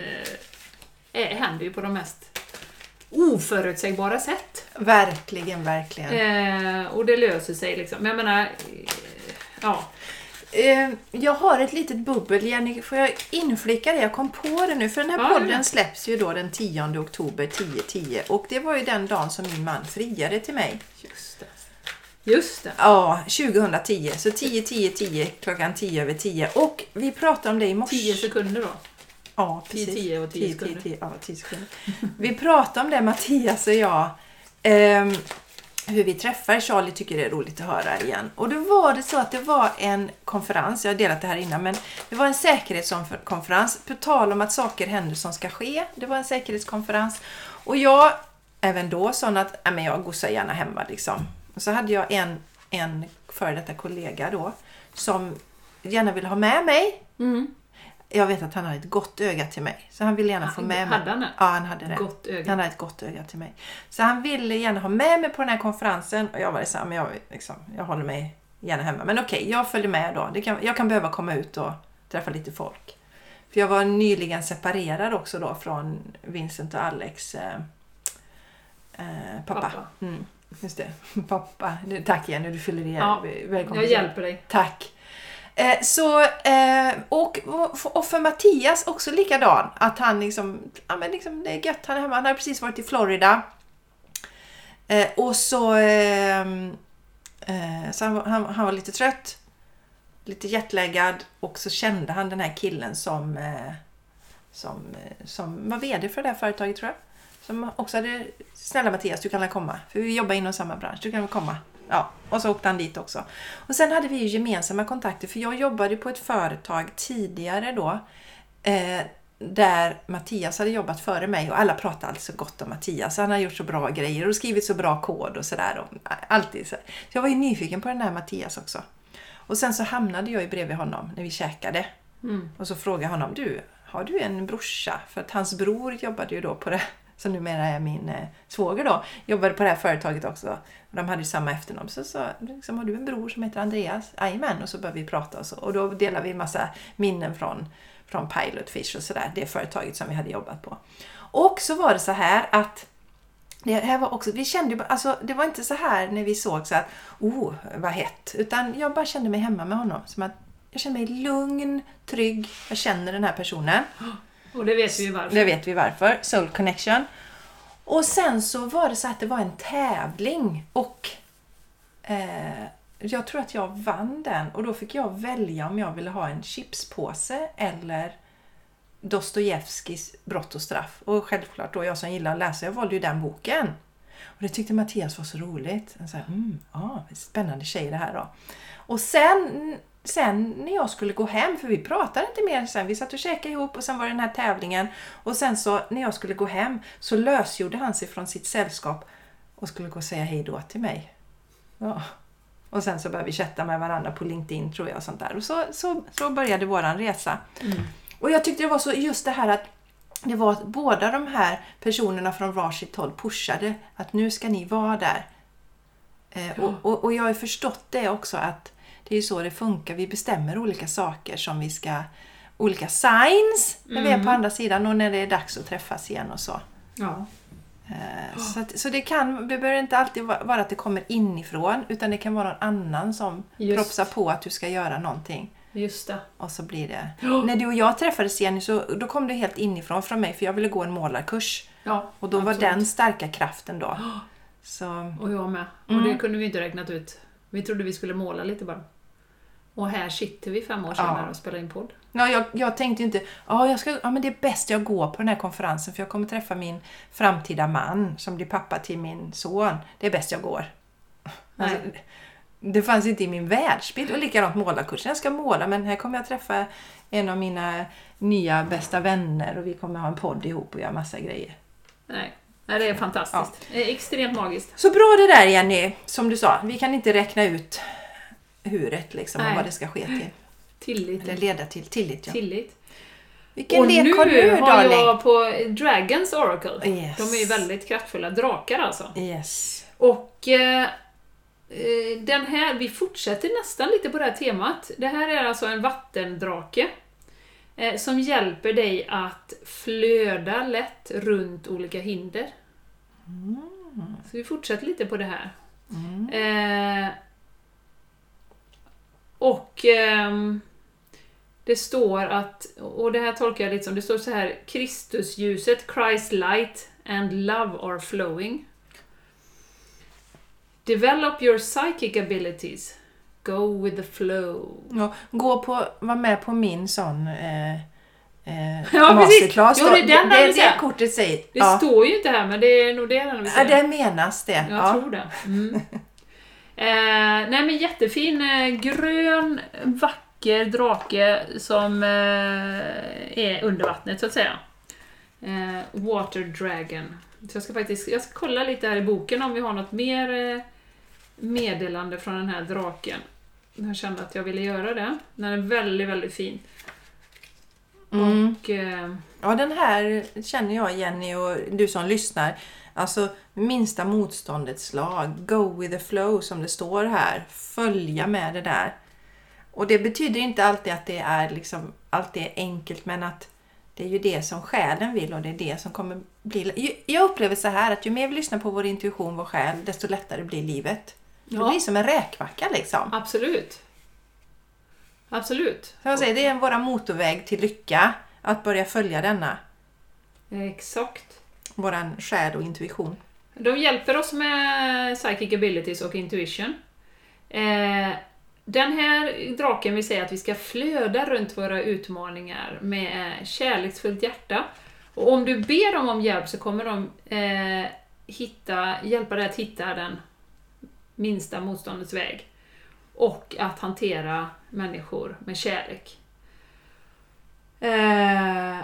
eh, händer ju på de mest oförutsägbara sätt.
Verkligen, verkligen.
Eh, och det löser sig liksom. Men jag menar, eh, ja.
Eh, jag har ett litet bubbel, Jenny. Får jag inflika det? Jag kom på det nu. För den här
Ja,
podden
ja.
släpps ju då den tionde oktober tio tio. Och det var ju den dagen som min man friade till mig.
Just det. Just det.
Ja, tjugohundratio. Så tio tio tio klockan tio över tio. Och vi pratade om det i morse.
tio sekunder då.
Ja,
tio,
precis.
tio och tio sekunder.
tio, ja, tio sekunder. Vi pratade om det, Mattias och jag. Ehm, hur vi träffar. Charlie tycker det är roligt att höra igen. Och då var det så att det var en konferens. Jag har delat det här innan. Men det var en säkerhetskonferens. På tal om att saker händer som ska ske. Det var en säkerhetskonferens. Och jag, även då, sa att äh, men jag gossar gärna hemma liksom. Och så hade jag en, en före detta kollega då. Som gärna ville ha med mig.
Mm.
Jag vet att han hade ett gott öga till mig. Så han ville gärna
Han-
få med mig.
hade han det?
Ja, han hade det.
Gott öga.
Han hade ett gott öga till mig. Så han ville gärna ha med mig på den här konferensen. Och jag var så här, men jag, liksom, jag håller mig gärna hemma. Men okej, okay, jag följer med då. Det kan, jag kan behöva komma ut och träffa lite folk. För jag var nyligen separerad också då från Vincent och Alex eh, eh, pappa.
Pappa.
Mm, just det. Pappa. Tack Jenny, du fyller i.
Ja,
Välkommen.
Jag hjälper dig.
Tack. Eh, så, eh, och, och för Mattias också likadan. Att han liksom, ja men liksom det är gött, han är hemma. Han har precis varit i Florida. Eh, och så, eh, eh, så han, han, han var lite trött. Lite jetlaggad. Och så kände han den här killen som, eh, som, eh, som var vd för det här företaget tror jag. Som också hade, snälla Mattias, du kan väl komma. För vi jobbar inom samma bransch, du kan väl komma. Ja, och så åkte han dit också. Och sen hade vi ju gemensamma kontakter. För jag jobbade på ett företag tidigare då. Eh, där Mattias hade jobbat före mig. Och alla pratade alltså gott om Mattias. Han har gjort så bra grejer och skrivit så bra kod och sådär. Alltid så. Så jag var ju nyfiken på den här Mattias också. Och sen så hamnade jag ju bredvid honom när vi käkade. Mm. Och så frågade jag honom, du, har du en brorsa? För att hans bror jobbade ju då på det. Som numera är min eh, svåger då. Jobbade på det här företaget också. Och de hade ju samma efternamn. Så sa liksom, har du en bror som heter Andreas? Jajamän. Och så började vi prata och så. Och då delade vi en massa minnen från, från Pilotfish och sådär. Det företaget som vi hade jobbat på. Och så var det så här att det här var också, vi kände ju, alltså det var inte så här när vi såg så att, oh vad hett. Utan jag bara kände mig hemma med honom. Som att jag kände mig lugn, trygg. Jag känner den här personen.
Och det vet vi ju varför.
Det vet vi varför. Soul Connection. Och sen så var det så att det var en tävling. Och eh, jag tror att jag vann den. Och då fick jag välja om jag ville ha en chipspåse eller Dostojevskis Brott och straff. Och självklart då, jag som gillar att läsa, jag valde ju den boken. Och det tyckte Mattias var så roligt. Han sa, mm, ja, spännande tjej det här då. Och sen... Sen när jag skulle gå hem, för vi pratade inte mer sen, vi satt och käkade ihop och sen var det den här tävlingen. Och sen så när jag skulle gå hem så lösgjorde han sig från sitt sällskap och skulle gå och säga hej då till mig. Ja. Och sen så började vi chatta med varandra på LinkedIn tror jag och sånt där. Och så, så, så började våran resa. Mm. Och jag tyckte det var så just det här att det var att båda de här personerna från varsitt håll pushade att nu ska ni vara där. Eh,
Ja.
och, och, och jag har förstått det också att det är så det funkar. Vi bestämmer olika saker som vi ska, olika signs när vi är på andra sidan och när det är dags att träffas igen och så.
Ja.
Eh, så att, så det, kan, det behöver inte alltid vara att det kommer inifrån, utan det kan vara någon annan som
Just.
propsar på att du ska göra någonting.
Just det.
Och så blir det.
Ja.
När du och jag träffades igen så då kom det helt inifrån från mig, för jag ville gå en målarkurs.
Ja,
Och då
absolut.
var den starka kraften då. Så,
Och jag med.
Mm.
Och det kunde vi inte räknat ut. Vi trodde vi skulle måla lite bara. Och här sitter vi fem år senare
Ja.
och spelar in podd.
ja, jag, jag tänkte inte, ja, jag ska, ja, men det är bäst jag går på den här konferensen, för jag kommer träffa min framtida man som blir pappa till min son. Det är bäst jag går. Alltså,
Nej.
det fanns inte i min världsbild. Och likadant målarkursen. Jag ska måla, men här kommer jag träffa en av mina nya bästa vänner och vi kommer ha en podd ihop och göra massa grejer.
Nej. Nej, det är fantastiskt. Det är extremt magiskt.
Så bra det där, Jenny, som du sa. Vi kan inte räkna ut huret liksom, och
Nej.
vad det ska ske till.
Tillit.
Eller leda till. Tillit, ja.
Tillit.
Vilken
Och
lek
nu
har du,
har
darling?
jag på Dragons Oracle.
Yes.
De är ju väldigt kraftfulla drakar alltså.
Yes.
Och eh, eh, den här, vi fortsätter nästan lite på det här temat. Det här är alltså en vattendrake eh, som hjälper dig att flöda lätt runt olika hinder.
Mm.
Så vi fortsätter lite på det här.
Mm.
Eh, och ehm, det står att, och det här tolkar jag lite som, det står så här: Kristusljuset, Christ light and love are flowing. Develop your psychic abilities. Go with the flow.
Ja, gå på, var med på min sån eh, eh,
Ja,
masterclass.
precis. Jo, det är den
det,
där
det,
du säger.
det kortet säger.
Det
Ja.
står ju inte här, men det är nog det den vill
Ja,
säga.
det menas det.
Jag
Ja.
tror det. Mm. eh, nej men jättefin eh, grön, vacker drake som eh, är under vattnet så att säga. Eh, Water Dragon. Så jag ska faktiskt jag ska kolla lite här i boken om vi har något mer eh, meddelande från den här draken. Jag kände att jag ville göra det. Den är väldigt, väldigt fin.
Mm.
Och, eh,
Ja, den här känner jag, Jenny, och du som lyssnar. Alltså, minsta motståndets lag. Go with the flow, som det står här. Följa med det där. Och det betyder inte alltid att det är liksom, alltid är enkelt, men att det är ju det som själen vill och det är det som kommer bli... Jag upplever så här att ju mer vi lyssnar på vår intuition, vår själ, desto lättare blir livet. Det
Ja.
blir som en räkmacka liksom.
absolut. Absolut.
Så jag säger, det är våra motorväg till lycka. Att börja följa denna.
Exakt.
Våran själ och intuition.
De hjälper oss med psychic abilities och intuition. Eh, den här draken vill säga att vi ska flöda runt våra utmaningar med kärleksfullt hjärta. Och om du ber dem om hjälp så kommer de eh, hitta, hjälpa dig att hitta den minsta motståndets väg. Och att hantera människor med kärlek. Eh,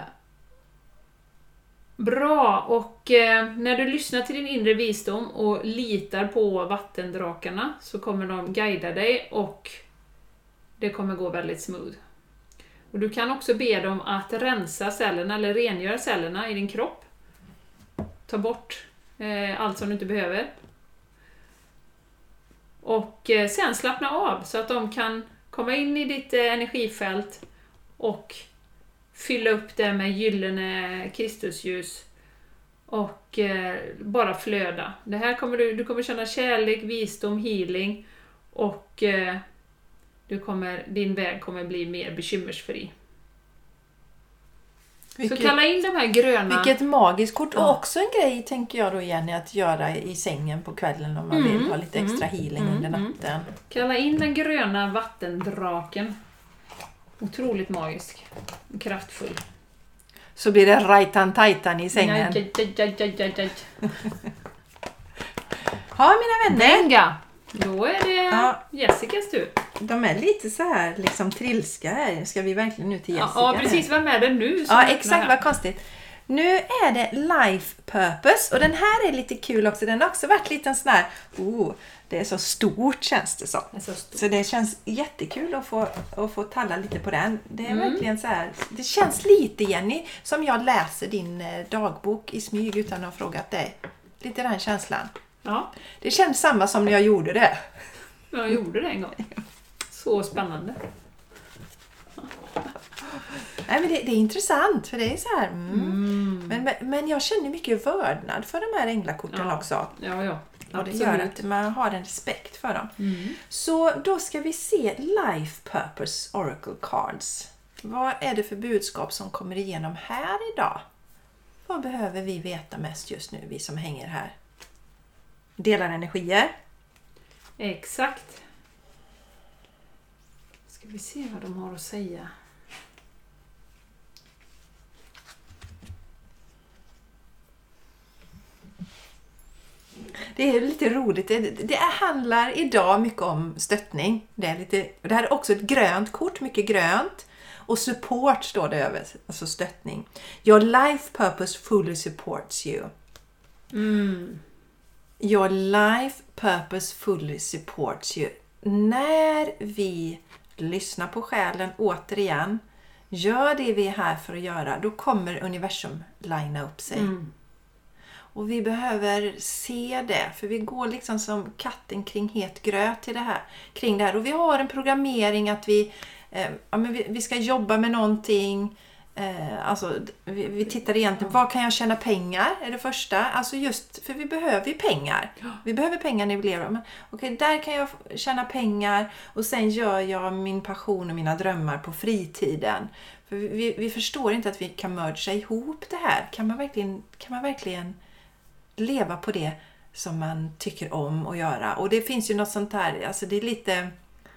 Bra, och eh, när du lyssnar till din inre visdom och litar på vattendrakarna så kommer de guida dig och det kommer gå väldigt smooth. Och du kan också be dem att rensa cellerna eller rengöra cellerna i din kropp. Ta bort eh, allt som du inte behöver. Och eh, sen slappna av så att de kan komma in i ditt eh, energifält och fylla upp det med gyllene Kristusljus och eh, bara flöda. Det här kommer du, du kommer känna kärlek, visdom, healing och eh, du kommer, din väg kommer bli mer bekymmersfri.
Vilket,
Så kalla in de här gröna...
vilket magiskt kort.
Ja.
Och också en grej tänker jag då, Jenny, att göra i sängen på kvällen om man
Mm,
vill ha lite extra
mm,
healing
mm,
under
mm.
natten.
Kalla in den gröna vattendraken. Otroligt magisk. Kraftfull.
Så blir det rajtan-tajtan i sängen.
Aj, aj, aj, aj, aj, aj.
Ja, mina vänner.
Venga! Då är det
Ja.
Jessicas tur.
De är lite så här liksom trilska här. Ska vi verkligen nu till Jessica?
Ja, ja, precis. Vem är det nu som
Ja,
öppnar
exakt.
här?
Vad konstigt. Nu är det Life Purpose och den här är lite kul också. Den har också varit lite sån här, oh, det är så stort känns det som.
Det är så stort.
Så det känns jättekul att få, att få talla lite på den. Det är
Mm.
verkligen så här, det känns lite, Jenny, som jag läser din eh, dagbok i smyg utan att ha frågat dig. Lite den känslan.
Ja,
Det känns samma som när jag gjorde det.
jag gjorde det en gång. Så spännande.
Nej, men det, det är intressant för det är så här. Mm.
Mm.
Men, men, men jag känner mycket vördnad för de här änglakorten
Ja.
också.
Ja, ja.
Och det
Absolut.
gör att man har en respekt för dem.
Mm.
Så då ska vi se Life Purpose Oracle Cards. Vad är det för budskap som kommer igenom här idag? Vad behöver vi veta mest just nu, vi som hänger här? Delar energier.
Exakt. Ska vi se vad de har att säga.
Det är lite roligt. Det, det handlar idag mycket om stöttning. Det, är lite, det här är också ett grönt kort, mycket grönt. Och support står det över, alltså stöttning. Your life purpose fully supports you.
Mm.
Your life purpose fully supports you. När vi lyssnar på själen återigen, gör det vi är här för att göra, då kommer universum linea upp sig.
Mm. Och
Och vi behöver se det, för vi går liksom som katten kring het gröt till det här, kring det här. Och vi har en programmering att vi, eh, ja, men vi, vi ska jobba med någonting. Eh, alltså, vi, vi tittar egentligen, vad kan jag tjäna pengar? Är det första. Alltså just, för vi behöver ju pengar. Vi behöver pengar när vi lever. Men okej, där kan jag tjäna pengar och sen gör jag min passion och mina drömmar på fritiden. För vi, vi, vi förstår inte att vi kan merga ihop det här. Kan man verkligen, kan man verkligen leva på det som man tycker om att göra? Och det finns ju något sånt här, alltså det är lite,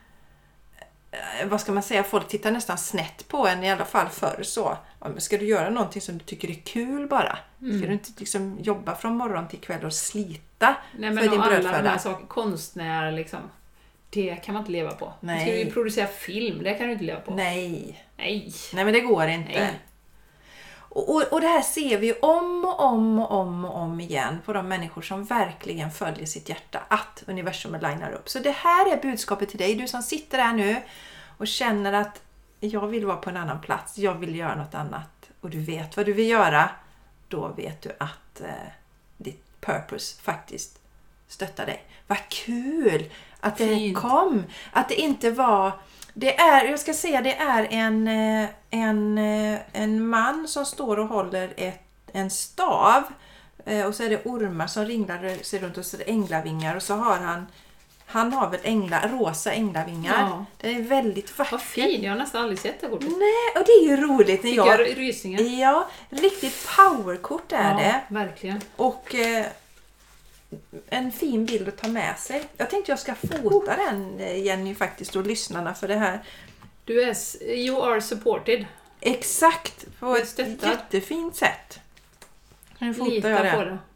vad ska man säga, folk tittar nästan snett på en, i alla fall förr så. Ska du göra någonting som du tycker är kul bara?
Mm.
Ska du inte liksom jobba från morgon till kväll och slita
Nej, men
för din
alla
brödföda?
de här saker, konstnär liksom, det kan man inte leva på.
Nej.
Ska du ju producera film, det kan du inte leva på.
Nej.
Nej.
Nej, men det går inte.
Nej.
Och, och, och det här ser vi om och om och om och om igen på de människor som verkligen följer sitt hjärta, att universum linar upp. Så det här är budskapet till dig, du som sitter här nu och känner att jag vill vara på en annan plats, jag vill göra något annat och du vet vad du vill göra. Då vet du att eh, ditt purpose faktiskt stöttar dig. Vad kul att det
Fint.
kom, att det inte var. Det är, jag ska säga, det är en, en, en man som står och håller ett, en stav. Och så är det ormar som ringlar sig runt och så är det änglavingar. Och så har han, han har väl ängla, rosa änglavingar.
Ja.
Det är väldigt vackert.
Vad fin, jag har nästan aldrig sett det kortet.
Nej, och det är ju roligt. När
Fick
jag,
jag rysningar?
ja, riktigt powerkort är
Ja,
det.
verkligen.
Och eh, en fin bild att ta med sig. Jag tänkte jag ska fota den, Jenny, faktiskt, och lyssnarna för det här.
Du är, s- you are supported.
Exakt, på
Jag
ett
stöttar.
jättefint sätt. Nu fotar
Lita
jag
på
det.
det.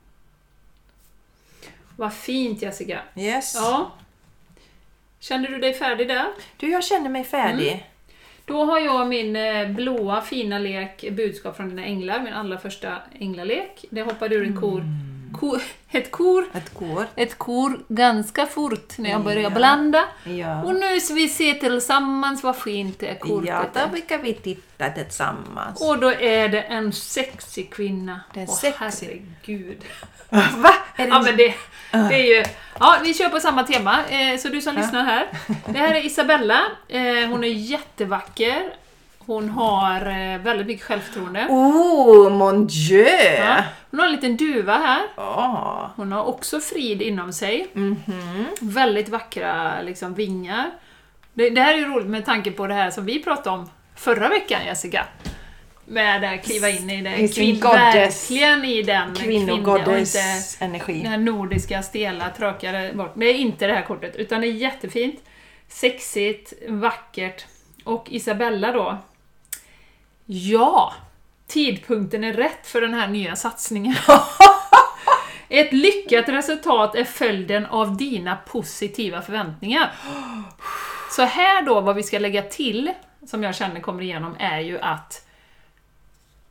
Vad fint, Jessica.
Yes.
Ja. Känner du dig färdig där?
Du, jag känner mig färdig.
Då har jag min eh, blåa fina lek, budskap från dina änglar, min allra första änglalek. Det hoppade ur en kor, kor, ett kor,
Ett går.
ett kor ganska fort när jag började
Ja.
blanda.
Ja.
Och nu ska vi se tillsammans vad fint det kortet
Ja,
är.
då brukar vi titta tillsammans.
Och då är det en sexig kvinna.
Det är
Åh,
sexig.
herregud.
Va? Är det
Ja, men det, det är ju... Ja, vi kör på samma tema. Eh, så du som lyssnar här. Det här är Isabella. Eh, hon är jättevacker. Hon har eh, väldigt mycket självförtroende.
Oh, mon dieu!
Ja. Hon har en liten duva här.
Åh.
Hon har också frid inom sig.
Mhm.
Väldigt vackra liksom, vingar. Det, det här är ju roligt med tanke på det här som vi pratade om förra veckan, Jessica. Med att kliva in i det.
I sin
Kvinn,
goddess-
verkligen i den kvinna och inte
Kvinnogoddess energi.
den här nordiska, stela, trökare bort. Det är inte det här kortet, utan det är jättefint. Sexigt, vackert. Och Isabella då. Ja! Tidpunkten är rätt för den här nya satsningen. Ett lyckat resultat är följden av dina positiva förväntningar. Så här då, vad vi ska lägga till, som jag känner kommer igenom, är ju att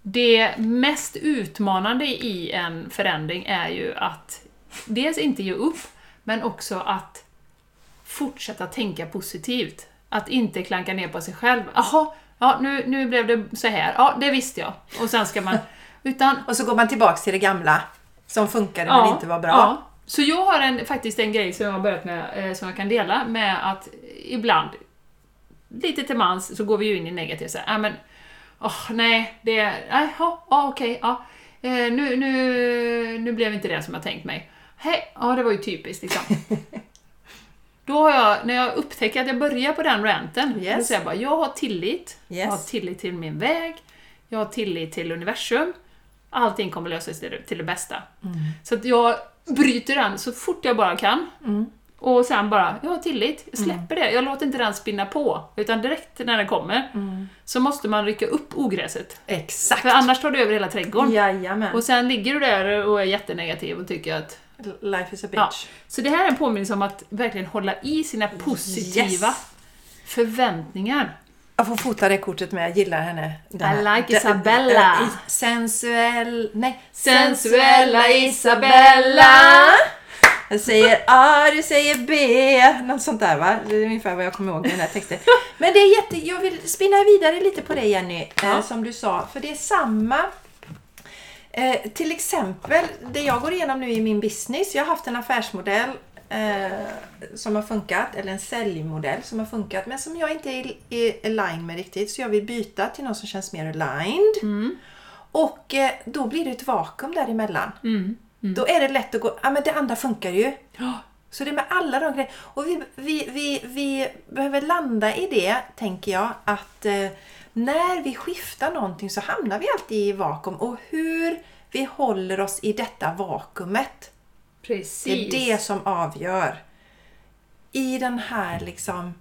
det mest utmanande i en förändring är ju att dels inte ge upp, men också att fortsätta tänka positivt. Att inte klanka ner på sig själv. Jaha, ja, nu, nu blev det så här. Ja, det visste jag. Och sen ska man... Utan,
och så går man tillbaka till det gamla som funkade
ja,
men inte var bra.
Ja. Så jag har en, faktiskt en grej som jag har börjat med, eh, som jag kan dela med att ibland, lite till mans, så går vi ju in i negativt. Så här, äh, men, oh, nej, det är... Äh, ja, ja, okej, ja. Eh, nu, nu, nu blev inte det som jag tänkt mig. Hej, ja, det var ju typiskt liksom. Då har jag, när jag upptäcker att jag börjar på den ranten,
yes.
då säger jag bara, jag har tillit.
Yes.
Jag har tillit till min väg. Jag har tillit till universum. Allting kommer lösas till det, till det bästa.
Mm.
Så att jag bryter den så fort jag bara kan.
Mm.
Och sen bara, jag har tillit. Jag släpper mm. det. Jag låter inte den spinna på. Utan direkt när den kommer
mm.
så måste man rycka upp ogräset.
Exakt.
För annars tar du över hela trädgården.
Jajamän.
Och sen ligger du där och är jättenegativ och tycker att
life is a bitch.
Ja. Så det här är en påminnelse om att verkligen hålla i sina positiva yes. förväntningar.
Jag får fota det kortet med, jag gillar henne.
I like Isabella.
D- sensuell, nej.
Sensuella Isabella.
Jag säger A, du säger B. Något sånt där, va? Det är ungefär vad jag kommer ihåg med den här texten. Men det är jätte, jag vill spinna vidare lite på det, Jenny. Ja. Eh, som du sa, för det är samma. Eh, till exempel, det jag går igenom nu i min business. Jag har haft en affärsmodell eh, som har funkat. Eller en säljmodell som har funkat. Men som jag inte är i align med riktigt. Så jag vill byta till något som känns mer aligned.
Mm.
Och eh, då blir det ett vakuum däremellan.
Mm. Mm.
Då är det lätt att gå, ja men det andra funkar ju. Oh. Så det är med alla de grejerna. Och vi, vi, vi, vi behöver landa i det, tänker jag. Att eh, när vi skiftar någonting så hamnar vi alltid i vakuum. Och hur vi håller oss i detta vakuumet.
Precis.
Det är det som avgör. I den här liksom,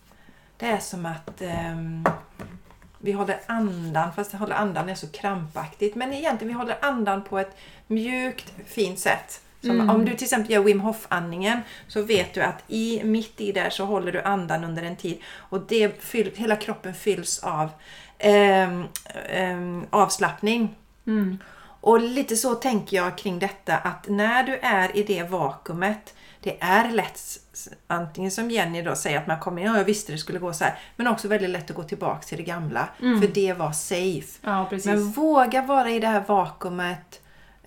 det är som att um, vi håller andan, fast håller andan är så krampaktigt. Men egentligen vi håller andan på ett mjukt, fint sätt. Som mm. Om du till exempel gör Wim Hof-andningen så vet du att i, mitt i där så håller du andan under en tid. Och det fyll, hela kroppen fylls av um, um, avslappning.
Mm.
Och lite så tänker jag kring detta, att när du är i det vakuumet, det är lätt, antingen som Jenny då säger att man kommer in och jag visste det skulle gå så här, men också väldigt lätt att gå tillbaka till det gamla, mm. för det var safe.
Ja, precis.
Men våga vara i det här vakuumet,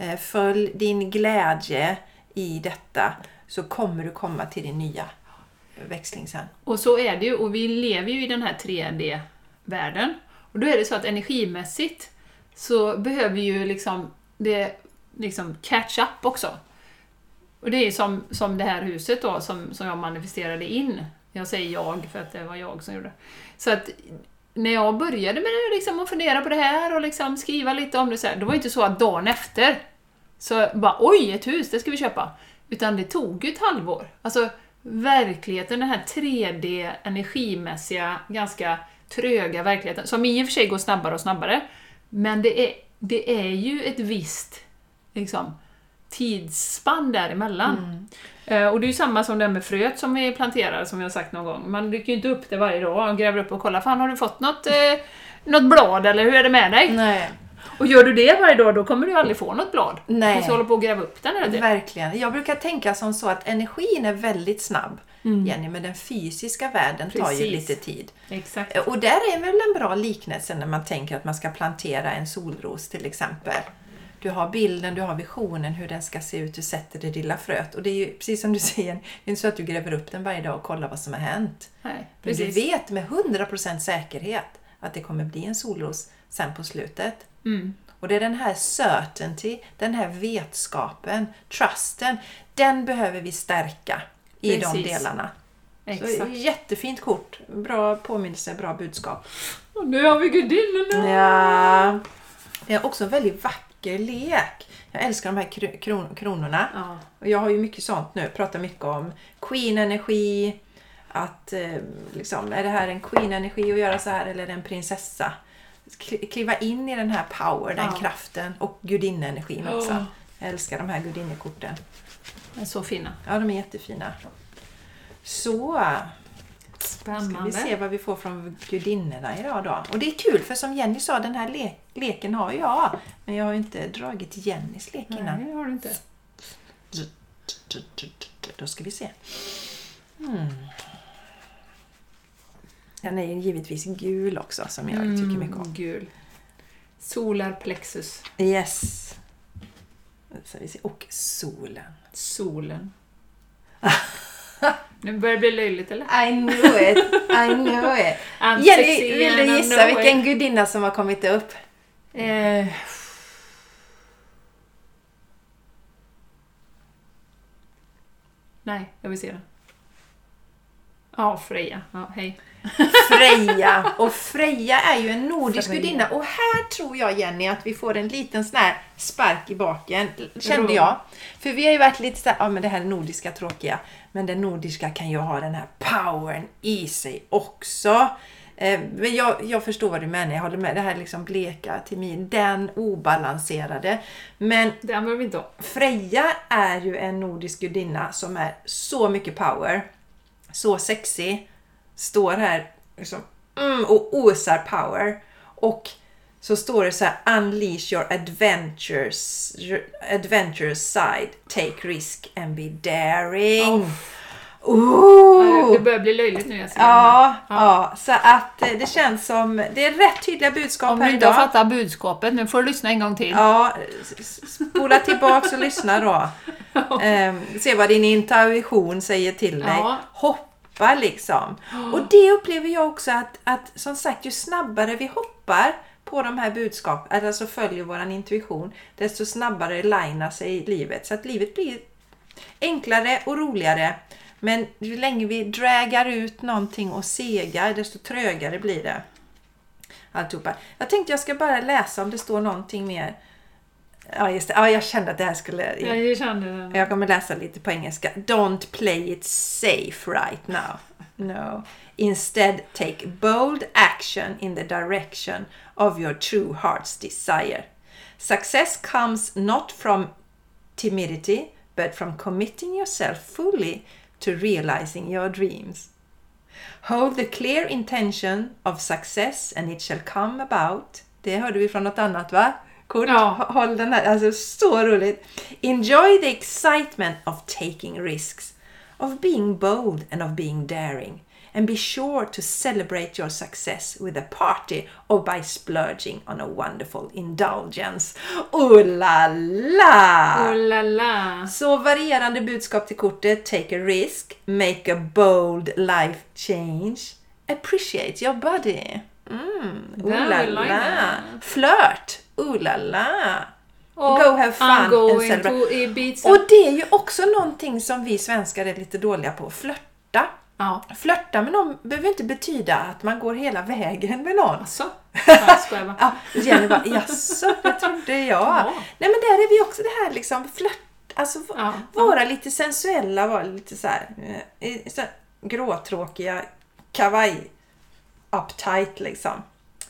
följ din glädje i detta, så kommer du komma till din nya växling sen.
Och så är det ju, och vi lever ju i den här tre D-världen. Och då är det så att energimässigt så behöver ju liksom det liksom catch up också. Och det är som, som det här huset då som, som jag manifesterade in. Jag säger jag för att det var jag som gjorde det. Så att när jag började med det liksom att fundera på det här och liksom skriva lite om det så här, det var inte så att dagen efter så bara oj, ett hus, det ska vi köpa. Utan det tog ju ett halvår. Alltså verkligheten, den här tre D energimässiga, ganska tröga verkligheten som i och för sig går snabbare och snabbare. Men det är, det är ju ett visst liksom, tidsspann däremellan. Mm. Uh, och det är ju samma som det med fröet som vi planterar, som jag har sagt någon gång. Man rycker ju inte upp det varje dag och gräver upp och kollar, fan har du fått något, uh, något blad eller hur är det med dig?
Nej.
Och gör du det varje dag, då kommer du aldrig få något blad.
Nej.
Du ska hålla på och gräva upp den hela tiden.
Verkligen. Jag brukar tänka som så att energin är väldigt snabb. Mm. Jenny, men den fysiska världen Precis. tar ju lite tid.
Exakt.
Och där är väl en bra liknelse när man tänker att man ska plantera en solros till exempel. Du har bilden, du har visionen hur den ska se ut, du sätter det lilla fröet. Och det är ju precis som du säger, det är inte så att du gräver upp den varje dag och kollar vad som har hänt.
Nej,
men du vet med hundra procent säkerhet att det kommer bli en solros sen på slutet.
Mm. Och
det är den här certainty, den här vetskapen, trusten, den behöver vi stärka i Precis. de delarna. Exakt. Så jättefint kort, bra påminnelse, bra budskap.
Och nu har vi gudinnorna!
Ja, det är också en väldigt vacker lek. Jag älskar de här kron- kronorna.
Ja.
Och jag har ju mycket sånt nu, pratar mycket om queen-energi, att eh, liksom, är det här en queen-energi att göra så här eller är det en prinsessa? Kliva in i den här power, den ja. kraften och gudinnenergin också. Oh. Jag älskar de här gudinnekorten.
De är så fina.
Ja, de är jättefina. Så.
Spännande.
Ska vi se vad vi får från gudinnorna idag då. Och det är kul för som Jenny sa, den här le- leken har jag. Men jag har ju inte dragit Jennys lek innan.
Nej, det har du inte.
Då ska vi se. Mm. Den är ju givetvis gul också som jag mm, tycker mycket om.
Gul. Solar plexus.
Yes. Så vi ser. Och solen.
Solen. Nu börjar det bli löjligt, eller?
I knew it. I knew it. Jenny, vill du gissa vilken it. gudinna som har kommit upp?
Eh. Nej, jag vill se den. Ja, Freja. Ja, hej.
Freja. Och Freja är ju en nordisk Freja. gudinna. Och här tror jag, Jenny, att vi får en liten sån här spark i baken. Kände jag. För vi har ju varit lite så här, ja men det här nordiska tråkiga. Men den nordiska kan ju ha den här powern i sig också. Eh, men jag, jag förstår vad du menar. Jag håller med. Det här liksom bleka till mig. Den obalanserade. Men
den behöver vi inte ha.
Freja är ju en nordisk gudinna som är så mycket power. Så sexy. Står här liksom, mm, och osar power. Och så står det så här: unleash your adventures, your adventurous side. Take risk and be daring.
Oh.
Oh.
Det börjar bli löjligt nu. Jag ser
ja, ja. ja, så att det känns som det är rätt tydliga budskap
Om
här
du inte
idag.
har fattat budskapet, nu får du lyssna en gång till.
Ja, spola tillbaka och lyssna då. ehm, se vad din intuition säger till dig.
Ja.
Hoppa liksom. Och det upplever jag också att, att som sagt, ju snabbare vi hoppar på de här budskapen, alltså följer våran intuition, desto snabbare linar sig livet. Så att livet blir enklare och roligare. Men ju längre vi dragar ut någonting och segar, desto trögare blir det. Alltihopa. Jag tänkte jag ska bara läsa om det står någonting mer. Ja, just det. Ja, jag kände att det här skulle...
Ja, jag kände det.
Jag kommer läsa lite på engelska. Don't play it safe right now. No. Instead, take bold action in the direction of your true heart's desire. Success comes not from timidity, but from committing yourself fully to realizing your dreams. Hold the clear intention of success and it shall come about. Det hörde vi från något annat, va? Kort, ja. Håll den här, alltså så roligt. Enjoy the excitement of taking risks, of being bold and of being daring. And be sure to celebrate your success with a party or by splurging on a wonderful indulgence. Oh la la!
Oh la la!
Så varierande budskap till kortet. Take a risk, make a bold life change, appreciate your body. Mm. Oh la la! Flirt! Oh la la!
Och
go have fun
I'm going
and celebrate.
to Ibiza.
Och det är ju också någonting som vi svenskar är lite dåliga på. Flirta.
Ja.
Flirta med någon behöver inte betyda att man går hela vägen med någon.
Asså? Ja, ska jag bara.
Ja, Jenny bara, jaså, det trodde jag. Ja. Nej, men där är vi också det här liksom, flört, alltså ja, vara ja. lite sensuella, vara lite så här, så här gråtråkiga, kawaii, uptight liksom.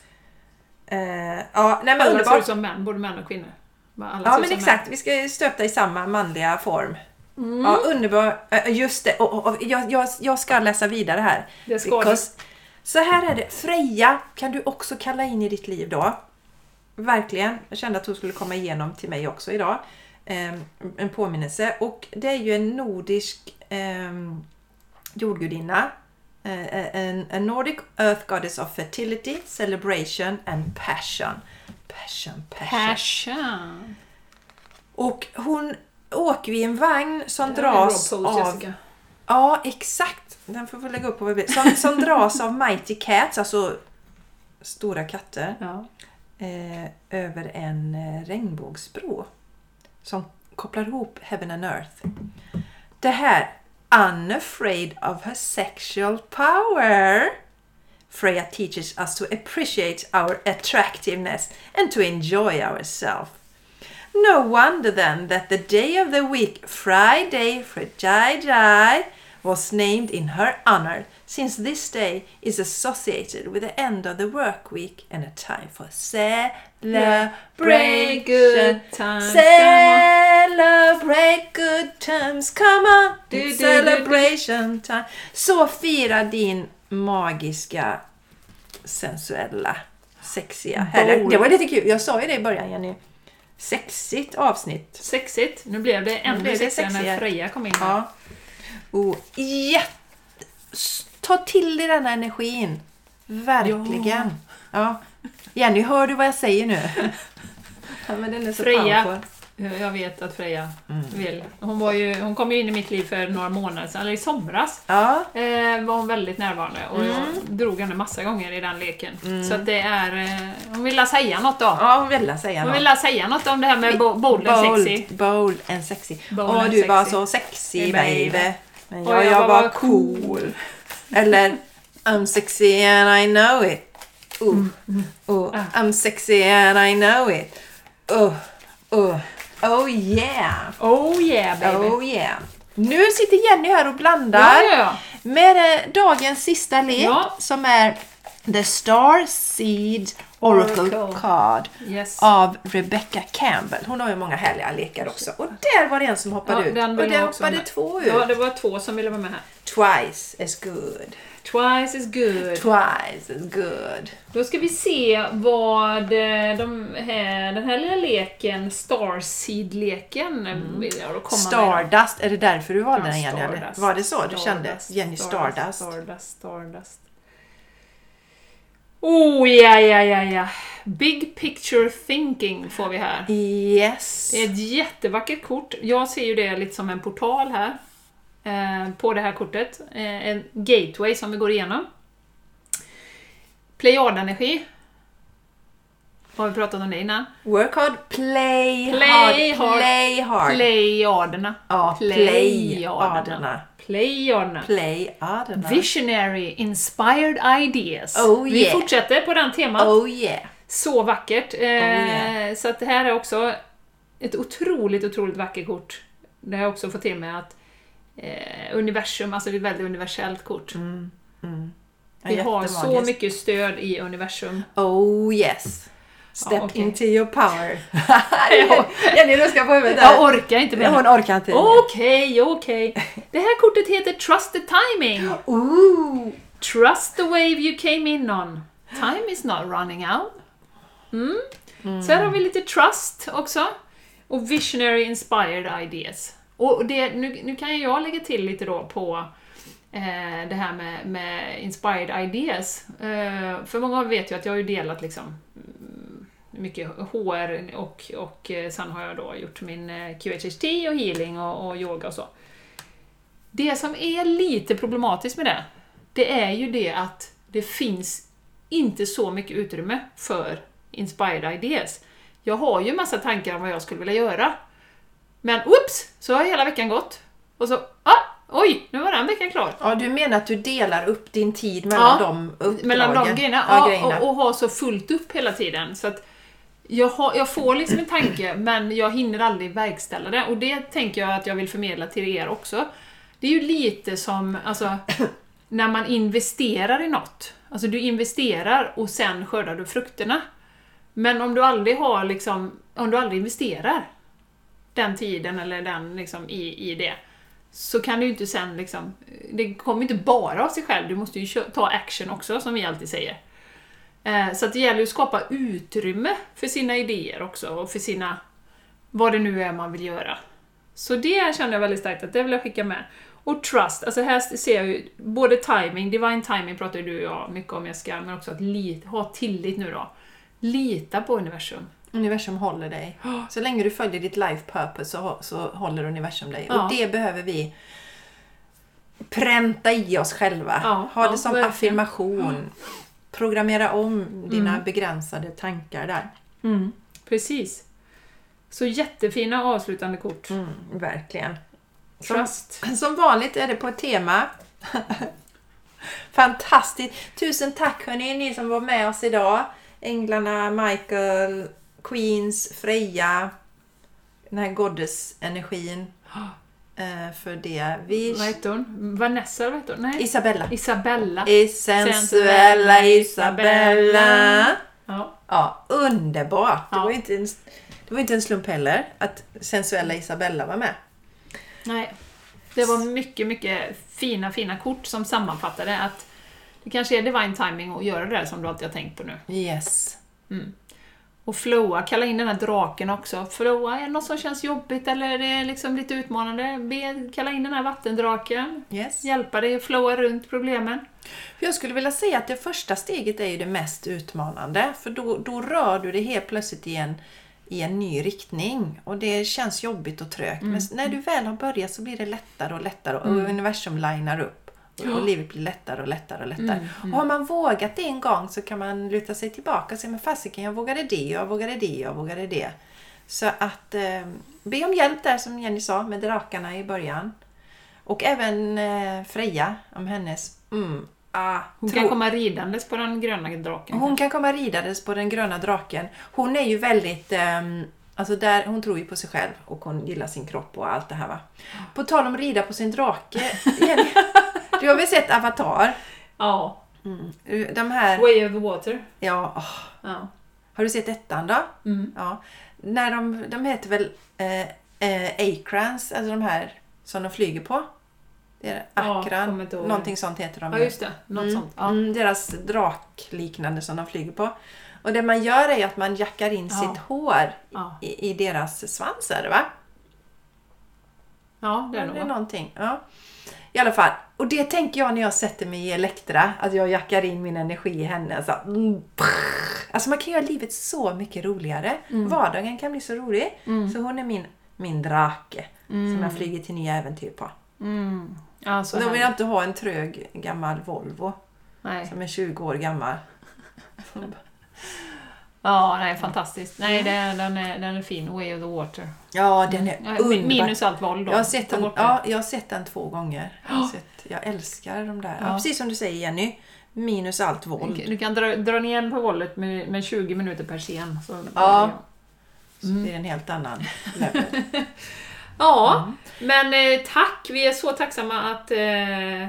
Uh, ja, nej, men
alla
underbart.
ser ut som män, både män och kvinnor. Alla
ja, men exakt, män. Vi ska stöta i samma manliga form. Mm. Ja, underbar. Just det. Och, och, och, jag, jag, jag ska läsa vidare här.
Det ska
Because, så här är det. Freja kan du också kalla in i ditt liv då. Verkligen. Jag kände att hon skulle komma igenom till mig också idag. Um, en påminnelse. Och det är ju en nordisk um, jordgudinna. Uh, en, en Nordic Earth Goddess of Fertility, Celebration and Passion. Passion, passion.
Passion.
Och hon åker vi i en vagn som
det
dras
pose,
av...
Jessica.
Ja, exakt. Den får vi lägga upp på webben. Som, som dras av Mighty Cats, alltså stora katter.
Ja.
Eh, över en eh, regnbågsbro. Som kopplar ihop Heaven and Earth. Det här, unafraid of her sexual power. Freya teaches us to appreciate our attractiveness and to enjoy ourselves. No wonder then that the day of the week, Friday, Friday, was named in her honor, since this day is associated with the end of the work week and a time for celebration.
Good times,
Celebrate good times, come on!
Du, du,
Celebration time. Så fira din magiska, sensuella, sexiga helg. Det var lite kul. Jag sa ju det i början, Jenny. Sexigt avsnitt.
Sexigt. Nu blev det ännu
blev det
sexigare när
sexigare.
Freja kom in.
Ja. Och jätte... Ta till dig den här energin. Verkligen. Ja. Jenny, hör du vad jag säger nu? Ja, men den är så
Freja.
powerful.
Jag vet att Freja
Mm.
vill. Hon, var ju, hon kom ju in i mitt liv för några månader sedan, eller i somras.
Ja.
Eh, var hon väldigt närvarande och
Mm.
jag drog henne massa gånger i den leken. Så att det är... Eh, hon ville säga något då.
Ja, hon ville säga
Hon
något.
ville säga något om det här med bo- bold and sexy.
Bold and sexy.
Bold
Åh,
and
du var
sexy.
så sexy,
Hey,
baby.
baby.
Men
Och
jag,
jag
jag
var
var cool. Eller, I'm sexy and I know it. Uh, uh, I'm sexy and I know it. Uh, uh. Oh yeah.
Oh yeah baby.
Oh yeah. Nu sitter Jenny här och blandar
Ja, ja, ja.
med eh, dagens sista lek
Ja.
som är The Star Seed Oracle,
Oracle.
Card
Yes.
av Rebecca Campbell. Hon har ju många härliga lekar också. Och där var det en som hoppade
Ja,
ut.
den
Och
vill
där
jag också
hoppade
med.
två ut.
Ja, det var två som ville vara med här.
Twice is good.
Twice is good.
Twice is good.
Då ska vi se vad eh, de här, den här lilla leken, Starseed-leken, mm. vill jag då komma med.
Stardust, är det därför du valde
Ja,
den, Jenny? eller?
Stardust.
Var det så du
Stardust,
kände? Jenny Stardust.
Stardust, Stardust. Oh, ja, ja, ja, ja. Big picture thinking får vi här.
Yes.
Det är ett jättevackert kort. Jag ser ju det lite som en portal här. Eh, på det här kortet. Eh, en gateway som vi går igenom. Plejadenergi. Har vi pratat om det innan?
Work hard, play,
Play
hard,
hard.
play hard.
Plejaderna.
Ja,
Plejaderna.
Plejaderna.
Plejaderna.
Plejaderna.
Visionary Inspired Ideas.
Oh,
Vi
yeah.
fortsätter på den temat.
Oh yeah.
Så vackert. Eh,
yeah.
Så att det här är också ett otroligt, otroligt vackert kort. Det har jag också fått till mig att eh, universum, alltså det är ett väldigt universellt kort.
Mm. Mm. Ja,
Vi har så
jättemagiskt.
mycket stöd i universum.
Oh yes. Step
Ja, okej.
into your power.
Ja.
Jenny, du ska få huvudet där.
Jag orkar inte med
Hon
det.
orkar inte.
Okej, okej. Det här kortet heter Trust the Timing.
Ooh.
Trust the wave you came in on. Time is not running out. Mm. Mm. Så här har vi lite trust också. Och visionary inspired ideas. Och det, nu, nu kan jag lägga till lite då på eh, det här med, med inspired ideas. Eh, för många vet ju att jag har ju delat liksom mm, mycket H R och, och eh, sen har jag då gjort min eh, Q H H T och healing och, och yoga och så. Det som är lite problematiskt med det, det är ju det att det finns inte så mycket utrymme för inspired ideas. Jag har ju massa tankar om vad jag skulle vilja göra. Men ups, så har hela veckan gått. Och så, ah, oj, nu var den veckan klar.
Ja, du menar att du delar upp din tid mellan
Ja,
de uppdragen?
Mellan de grejerna,
ja,
ja,
grejerna.
och, och ha så fullt upp hela tiden. Så att jag, har, jag får liksom en tanke, men jag hinner aldrig verkställa det. Och det tänker jag att jag vill förmedla till er också. Det är ju lite som, alltså, när man investerar i något. Alltså du investerar och sen skördar du frukterna. Men om du aldrig har liksom, om du aldrig investerar den tiden eller den liksom i, i det, så kan du ju inte sen liksom, det kommer inte bara av sig själv, du måste ju kö- ta action också, som vi alltid säger. Eh, så att det gäller ju att skapa utrymme för sina idéer också och för sina, vad det nu är man vill göra. Så det känner jag väldigt starkt att det vill jag skicka med. Och trust, alltså här ser jag ju både timing, divine timing pratar ju du och jag mycket om, Jessica, men också att li- ha tillit nu då. Lita på universum.
Universum håller dig. Så länge du följer ditt life purpose så, så håller universum dig.
Ja.
Och det behöver vi pränta i oss själva.
Ja,
ha det
ja,
som
verkligen.
affirmation. Programmera om dina
Mm.
begränsade tankar där.
Mm, precis. Så jättefina avslutande kort.
Mm, verkligen.
Trust.
Som, som vanligt är det på ett tema. Fantastiskt. Tusen tack hörni, ni som var med oss idag. Änglarna, Michael, Queens, Freja. Den här goddess-energin. eh, för det. Vi...
Vad heter hon? Vanessa, vad heter hon? Nej.
Isabella.
Isabella.
I sensuella Isabella.
Ja.
Ja, underbart.
Ja.
Det var ju inte en, det var inte en slump heller att sensuella Isabella var med.
Nej. Det var mycket, mycket fina, fina kort som sammanfattade att det kanske är divine timing att göra det där som du alltid har tänkt på nu.
Yes.
Mm. Och flowa, kalla in den här draken också. Flowa, är det något som känns jobbigt eller är det liksom lite utmanande? Be, kalla in den här vattendraken.
Yes.
Hjälpa dig att flowa runt problemen.
Jag skulle vilja säga att det första steget är ju det mest utmanande. För då, då rör du det helt plötsligt i en, i en ny riktning. Och det känns jobbigt och trögt. Mm. Men när du väl har börjat så blir det lättare och lättare. Och mm. universum linar upp. Och, och livet blir lättare och lättare och lättare. Mm, mm. Och har man vågat det en gång så kan man luta sig tillbaka och säga, men fasiken, jag vågade det, jag vågade det, jag vågade det. Så att eh, be om hjälp där som Jenny sa med drakarna i början. Och även eh, Freja om hennes... Mm, ah,
hon tro... kan komma ridandes på den gröna draken.
Hon kan komma ridandes på den gröna draken. Hon är ju väldigt... Eh, Alltså där, hon tror ju på sig själv och hon gillar sin kropp och allt det här va. På tal om rida på sin drake. Jenny, du har väl sett Avatar?
Ja.
Mm. De här...
Way of the Water.
Ja, oh.
Ja.
Har du sett ettan då?
Mm.
Ja. När de, de heter väl eh, eh, Akrans, alltså de här som de flyger på. Det är Akran, ja, någonting sånt heter de.
Ja just det, något
mm.
sånt. Ja.
Mm, deras drakliknande som de flyger på. Och det man gör är att man jackar in ja. sitt hår
ja.
i, i deras svansar, va?
Ja, det är,
ja, det är
nog.
någonting. Ja. I alla fall. Och det tänker jag när jag sätter mig i Elektra. Att jag jackar in min energi i henne. Alltså, mm, alltså man kan göra livet så mycket roligare. Mm. Vardagen kan bli så rolig. Mm. Så hon är min, min drake. Mm. Som jag flyger till nya äventyr på.
Mm. Ja, så
och då vill jag inte ha en trög gammal Volvo.
Nej.
Som är tjugo år gammal.
Ja, nej, fantastiskt. Nej, det är, den, är, den är fin. Way of the Water.
Ja, den är mm. underbar.
Minus allt våld.
Jag har sett den, ja, jag har sett den två gånger. Jag, har sett, jag älskar de där. Ja. Ja, precis som du säger, Jenny. Minus allt våld.
Du, du kan dra, dra ner på våldet med, med tjugo minuter per scen. Så
ja, så mm. blir det en helt annan level.
Ja, mm. men eh, tack. Vi är så tacksamma att eh,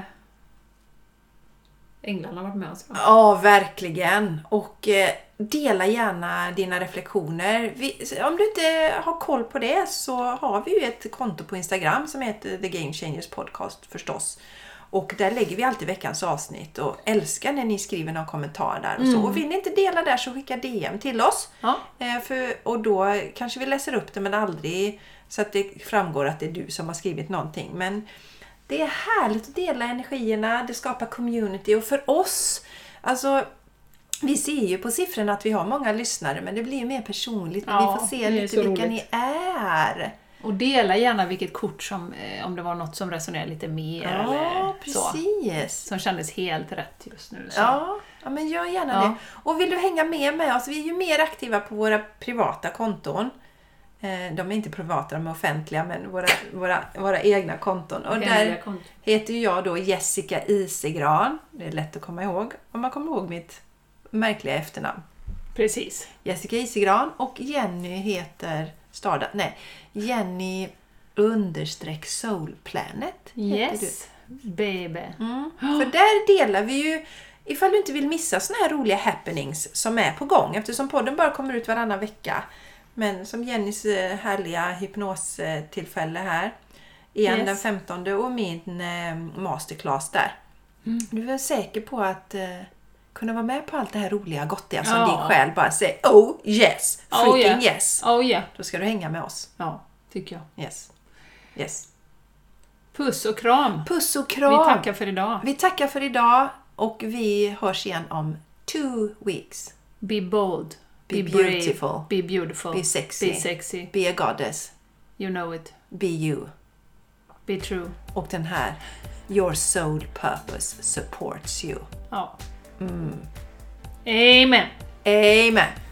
England har varit med oss.
Ja, verkligen. Och eh, dela gärna dina reflektioner. Vi, om du inte har koll på det så har vi ju ett konto på Instagram som heter The Game Changers Podcast förstås. Och där lägger vi alltid veckans avsnitt och älskar när ni skriver någon kommentar där och så. Mm. Och vill ni inte dela där så skicka D M till oss.
Ja.
Eh, för, och då kanske vi läser upp det men aldrig så att det framgår att det är du som har skrivit någonting. Men det är härligt att dela energierna, det skapar community och för oss, alltså vi ser ju på siffrorna att vi har många lyssnare men det blir ju mer personligt när
ja,
vi får se lite vilka roligt. Ni är.
Och dela gärna vilket kort som, om det var något som resonerar lite mer
ja,
eller
precis.
Så, som kändes helt rätt just nu. Så.
Ja, ja, men gör gärna ja. det. Och vill du hänga med med oss, vi är ju mer aktiva på våra privata konton. De är inte privata, de är offentliga, men våra, våra, våra egna konton. Och där kont. heter jag då Jessica Isegran. Det är lätt att komma ihåg om man kommer ihåg mitt märkliga efternamn.
Precis.
Jessica Isegran och Jenny heter Starda, nej, Jenny understreck Soul Planet.
Yes, baby.
Mm. För där delar vi ju, ifall du inte vill missa såna här roliga happenings som är på gång, eftersom podden bara kommer ut varannan vecka. Men som Jennys härliga hypnostillfälle här. Igen yes. den femtonde och min eh, masterclass där. Mm. Du är väl säker på att eh, kunna vara med på allt det här roliga gottiga som ja. din själ bara säger oh yes, freaking
oh, yeah.
yes.
Oh, yeah.
Då ska du hänga med oss.
Ja, tycker jag.
Yes. Yes.
Puss och kram.
Puss och kram.
Vi tackar för idag.
Vi tackar för idag och vi hörs igen om two weeks.
Be bold.
Be,
be
beautiful.
Brave, be beautiful.
Be sexy.
Be sexy.
Be a goddess.
You know it.
Be you.
Be true.
Och den här. Your soul purpose supports you.
Ja.
Mm.
Amen.
Amen.